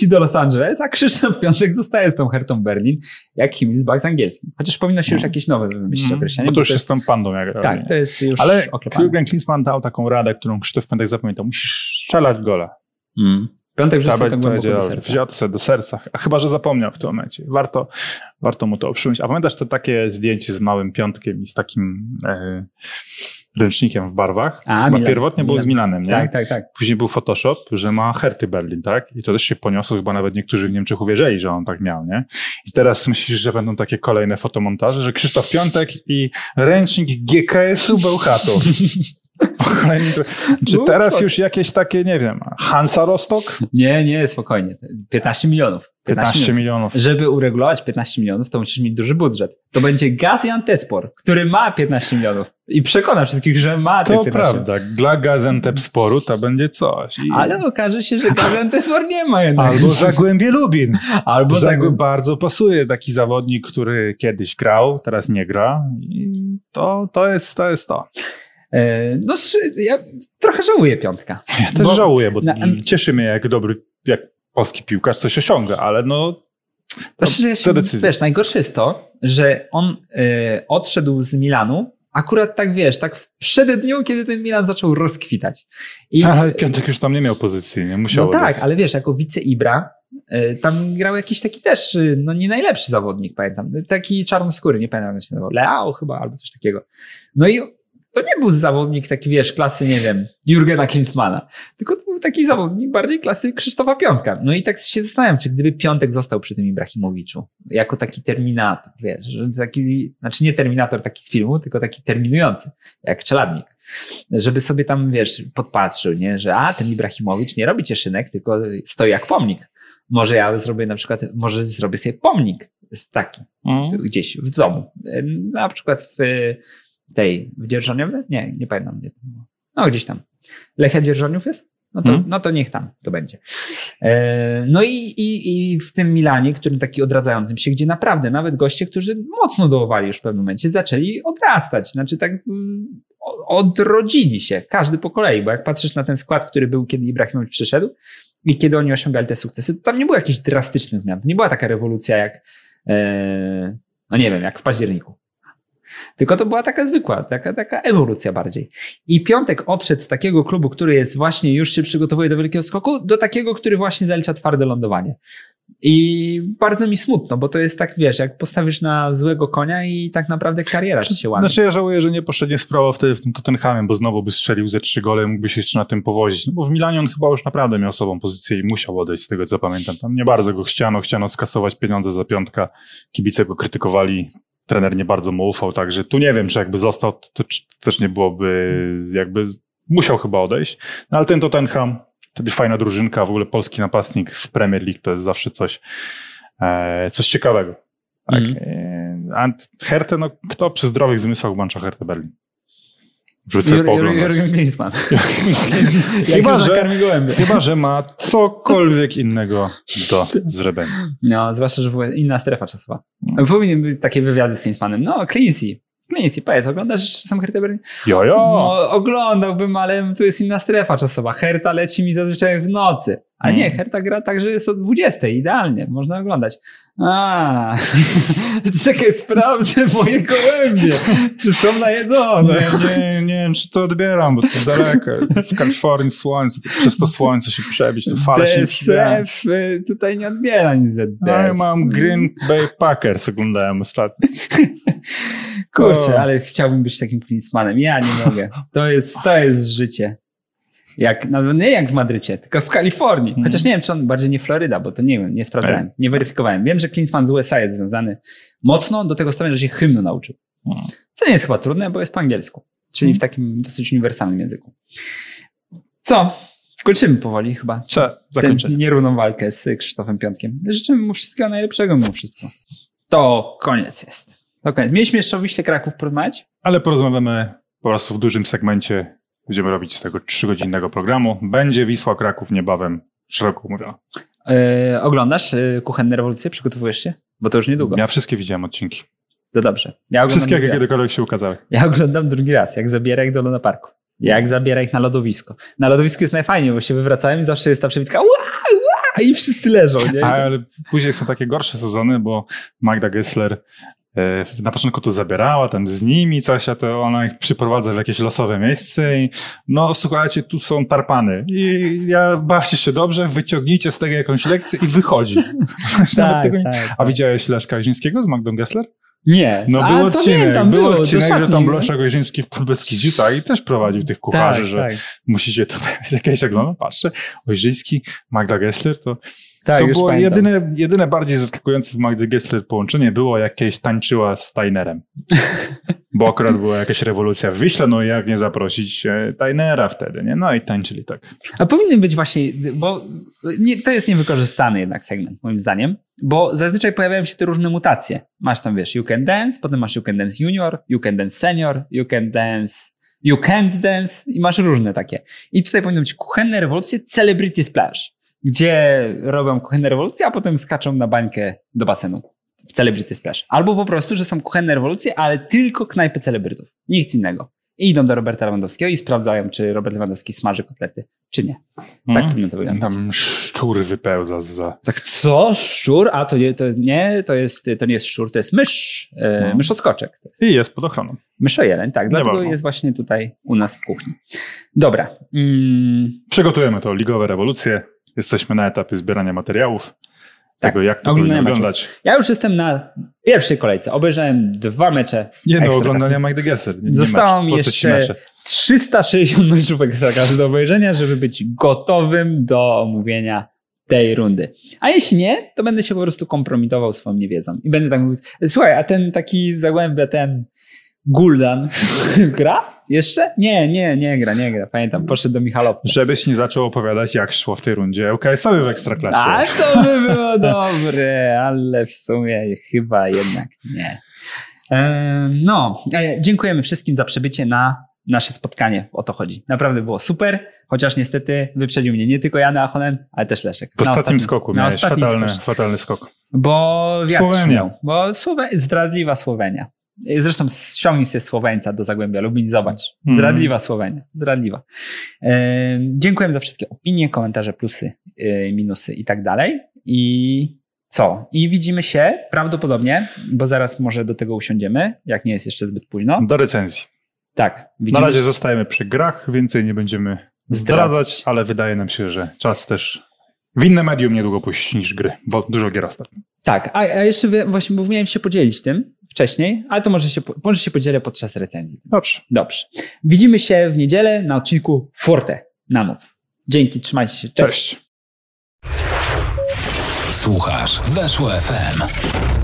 leci do Los Angeles, a Krzysztof Piątek zostaje z tą Hertą Berlin, jak Himmelsbach z angielskim. Chociaż powinno się już jakieś nowe wymyślić mm. określenie. Bo to już jest tą pandą. Jak tak, to jest już Ale oklepane. Jürgen Klinsmann dał taką radę, którą Krzysztof Piątek zapamiętał. Musisz strzelać gola. Mm. Piątek rzucił to głęboko do serca. Wziął to sobie do serca. A chyba, że zapomniał w tym momencie. Warto, warto mu to oprzymić. A pamiętasz to takie zdjęcie z małym Piątkiem i z takim e, ręcznikiem w barwach? A, chyba Milan, pierwotnie Milan. było z Milanem, nie? Tak, tak, tak. Później był Photoshop, że ma Herty Berlin, tak? I to też się poniosło, chyba nawet niektórzy w Niemczech uwierzyli, że on tak miał, nie? I teraz myślisz, że będą takie kolejne fotomontaże, że Krzysztof Piątek i ręcznik G K S-u Bełchatów. Czy teraz już jakieś takie, nie wiem, Hansa Rostock? Nie, nie, spokojnie. piętnaście milionów. piętnaście milionów. Żeby uregulować piętnaście milionów, to musisz mieć duży budżet. To będzie Gaziantepspor, który ma piętnaście milionów i przekona wszystkich, że ma te To piętnaście. prawda. Dla Gaziantepsporu to będzie coś. I... Ale okaże się, że Gaziantepspor nie ma jednak. Albo Zagłębie Lubin. Albo Zagłębie Zagłębie. bardzo pasuje. Taki zawodnik, który kiedyś grał, teraz nie gra. I to, to jest to. Jest to. No, ja trochę żałuję Piątka. Ja też bo, żałuję, bo na, cieszy mnie, jak dobry, jak polski piłkarz coś osiąga, ale no to, znaczy, to decyzja. Wiesz, najgorsze jest to, że on y, odszedł z Milanu akurat tak, wiesz, tak w przededniu, kiedy ten Milan zaczął rozkwitać. I, ale Piątek już tam nie miał pozycji, nie musiał. No tak, ale wiesz, jako wice-Ibra y, tam grał jakiś taki też, y, no nie najlepszy zawodnik, pamiętam. Taki czarnoskóry, nie pamiętam jak się nazywał. Leao chyba, albo coś takiego. No i to nie był zawodnik taki, wiesz, klasy, nie wiem, Jurgena Klinsmana, tylko to był taki zawodnik bardziej klasy Krzysztofa Piątka. No i tak się zastanawiam, czy gdyby Piątek został przy tym Ibrahimowiczu, jako taki terminator, wiesz, że taki, znaczy nie terminator taki z filmu, tylko taki terminujący, jak czeladnik, żeby sobie tam, wiesz, podpatrzył, nie, że a, ten Ibrahimowicz nie robi cieszynek, tylko stoi jak pomnik. Może ja zrobię na przykład, może zrobię sobie pomnik taki, mm. gdzieś w domu, na przykład w tej, w Dzierżoniowie? Nie, nie pamiętam. Gdzie to było. No gdzieś tam. Lechia Dzierżoniów jest? No to, hmm. no to niech tam to będzie. E, no i, i, i w tym Milanie, którym taki odradzającym się, gdzie naprawdę nawet goście, którzy mocno dołowali już w pewnym momencie, zaczęli odrastać. Znaczy tak mm, odrodzili się. Każdy po kolei, bo jak patrzysz na ten skład, który był, kiedy Ibrahimowicz przyszedł i kiedy oni osiągali te sukcesy, to tam nie było jakichś drastycznych zmian. To nie była taka rewolucja jak e, no nie wiem, jak w październiku. Tylko to była taka zwykła, taka, taka ewolucja bardziej. I Piątek odszedł z takiego klubu, który jest właśnie, już się przygotowuje do wielkiego skoku, do takiego, który właśnie zalicza twarde lądowanie. I bardzo mi smutno, bo to jest tak, wiesz, jak postawisz na złego konia i tak naprawdę kariera ci się łamie. Znaczy ja żałuję, że nie poszedł, nie spróbował wtedy w tym Tottenhamie, bo znowu by strzelił ze trzy gole, mógłby się jeszcze na tym powozić. No bo w Milanie on chyba już naprawdę miał sobą pozycję i musiał odejść, z tego co pamiętam. Tam nie bardzo go chciano, chciano skasować pieniądze za Piątka, kibice go krytykowali. Trener nie bardzo mu ufał, także tu nie wiem, czy jakby został, to, to też nie byłoby, jakby musiał chyba odejść. No ale ten Tottenham, wtedy fajna drużynka, w ogóle polski napastnik w Premier League to jest zawsze coś, e, coś ciekawego. Tak. Mm. A Hertę, no kto przy zdrowych zmysłach włącza Hertę Berlin? Jurgen Klinsmann. Chyba, że, chyba, że ma cokolwiek innego do zrobienia. No, zwłaszcza, że była inna strefa czasowa. No. Powinien być takie wywiady z Klinsmannem. No, Klinsy. Klinsy, powiedz, oglądasz czasem Hertę Berlin? Jo, jo. No, oglądałbym, ale tu jest inna strefa czasowa. Herta leci mi zazwyczaj w nocy. A hmm. nie, Herta gra tak, że jest o dwudziestej, idealnie, można oglądać. A, czekaj, sprawdzę moje gołębie, czy są najedzone. Nie, nie, nie wiem, czy to odbieram, bo to daleko. W Kalifornii słońce, przez to słońce się przebić, to fale się D S F tutaj nie odbiera nic Z D S. No, ja mam Green Bay Packers, oglądałem ostatnio. Kurczę, ale chciałbym być takim Klinsmanem. Ja nie mogę. To jest, to jest życie. Jak, no nie jak w Madrycie, tylko w Kalifornii. Chociaż nie wiem, czy on bardziej nie Floryda, bo to nie wiem, nie sprawdzałem, nie weryfikowałem. Wiem, że Klinsmann z U S A jest związany mocno do tego strony, że się hymnu nauczył. Co nie jest chyba trudne, bo jest po angielsku. Czyli w takim dosyć uniwersalnym języku. Co? Kończymy powoli chyba. Trzeba zakończyć. Nierówną walkę z Krzysztofem Piątkiem. Życzymy mu wszystkiego najlepszego mimo wszystko. To koniec jest. To koniec. Mieliśmy jeszcze o Wiśle Kraków porozmawiać? Ale porozmawiamy po prostu w dużym segmencie. Będziemy robić z tego trzygodzinnego programu. Będzie Wisła Kraków niebawem, szeroko mówiąc. Yy, oglądasz yy, Kuchenne Rewolucje? Przygotowujesz się? Bo to już niedługo. Ja wszystkie widziałem odcinki. To dobrze. Ja wszystkie, jakie kiedykolwiek się ukazały. Ja oglądam drugi raz, jak zabiera ich do Luna Parku. Jak zabiera ich na lodowisko. Na lodowisku jest najfajniej, bo się wywracałem i zawsze jest ta przebitka. Ła, ła! i wszyscy leżą, nie? Ale później są takie gorsze sezony, bo Magda Gessler na początku to zabierała tam z nimi coś, a to ona ich przyprowadza w jakieś losowe miejsce i no słuchajcie, tu są tarpany i ja bawcie się dobrze, wyciągnijcie z tego jakąś lekcję i wychodzi. tak, tego nie... tak, A widziałeś Leszka Gojżyńskiego z Magdą Gessler? Nie. No A, był odcinek, pamiętam, był było, odcinek, szatni, że tam no? Leszek Gojżyński w Podbeskidziu, tak, i też prowadził tych kucharzy, tak, że tak. musicie tutaj jakieś oglądać, patrzę, Gojżyński, Magda Gessler, to Tak, to już było pamiętam. jedyne, jedyne bardziej zaskakujące w Magdzie Gessler połączenie było, jak kiedyś tańczyła z Steinerem. Bo akurat była jakaś rewolucja w Wiśle, no i jak nie zaprosić Steinera wtedy, nie? No i tańczyli tak. A powinien być właśnie, bo nie, to jest niewykorzystany jednak segment, moim zdaniem, bo zazwyczaj pojawiają się te różne mutacje. Masz tam, wiesz, You Can Dance, potem masz You Can Dance Junior, You Can Dance Senior, You Can Dance, You Can't Dance i masz różne takie. I tutaj powinny być kuchenne rewolucje Celebrity Splash, gdzie robią kuchenne rewolucje, a potem skaczą na bańkę do basenu w Celebrity Splash. Albo po prostu, że są kuchenne rewolucje, ale tylko knajpy celebrytów. Nic innego. I idą do Roberta Lewandowskiego i sprawdzają, czy Robert Lewandowski smaży kotlety, czy nie. Tak Hmm. powinno to wyglądać. Tam szczur wypełza za... Tak, co? Szczur? A to nie, to nie, to jest, to nie jest szczur, to jest mysz. E, No. Myszoskoczek. To jest I jest pod ochroną. myszojeleń, tak. Dlatego wolno. jest właśnie tutaj u nas w kuchni. Dobra. Mm, Przygotujemy to, ligowe rewolucje. Jesteśmy na etapie zbierania materiałów. Tak, Tego, jak to oglądania powinno meczów. wyglądać. ja już jestem na pierwszej kolejce. Obejrzałem dwa mecze. Nie no, Ekstraklasy. oglądania Magdy Gessler. Nie, nie Zostało mecz. mi Po co ci jeszcze mecze? trzysta sześćdziesiąt meczów Ekstraklasy do obejrzenia, żeby być gotowym do omówienia tej rundy. A jeśli nie, to będę się po prostu kompromitował swoją niewiedzą. I będę tak mówił, słuchaj, a ten taki Zagłębia, ten Guldan gra? Jeszcze? Nie, nie, nie gra, nie gra. Pamiętam, poszedł do Michalowca. Żebyś nie zaczął opowiadać, jak szło w tej rundzie L K S-owi w Ekstraklasie. A to by było dobre, ale w sumie chyba jednak nie. E, no, e, dziękujemy wszystkim za przybycie na nasze spotkanie. O to chodzi. Naprawdę było super, chociaż niestety wyprzedził mnie nie tylko Jan Ahonen, ale też Leszek. W Na ostatnim skoku na miałeś ostatnim fatalny, skoku. fatalny skok. Bo wiatr Słowenia. miał. Bo Słowe... zdradliwa Słowenia. Zresztą ściągnij się Słoweńca do Zagłębia Lubin, zobacz. Zdradliwa Słowenia. Zdradliwa. E, dziękujemy za wszystkie opinie, komentarze, plusy, e, minusy i tak dalej. I co? I widzimy się prawdopodobnie, bo zaraz może do tego usiądziemy, jak nie jest jeszcze zbyt późno. Do recenzji. Tak. Widzimy Na razie zostajemy przy grach, więcej nie będziemy Zdradzać. zdradzać, ale wydaje nam się, że czas też w inne medium niedługo puścić niż gry, bo dużo gier ostatnio. Tak, a, a jeszcze wie- właśnie, bo miałem się podzielić tym wcześniej, ale to może się, po- może się podzielę podczas recenzji. Dobrze. Dobrze. Widzimy się w niedzielę na odcinku Forte na noc. Dzięki, trzymajcie się. Cześć. Cześć. Słuchasz Weszło F M.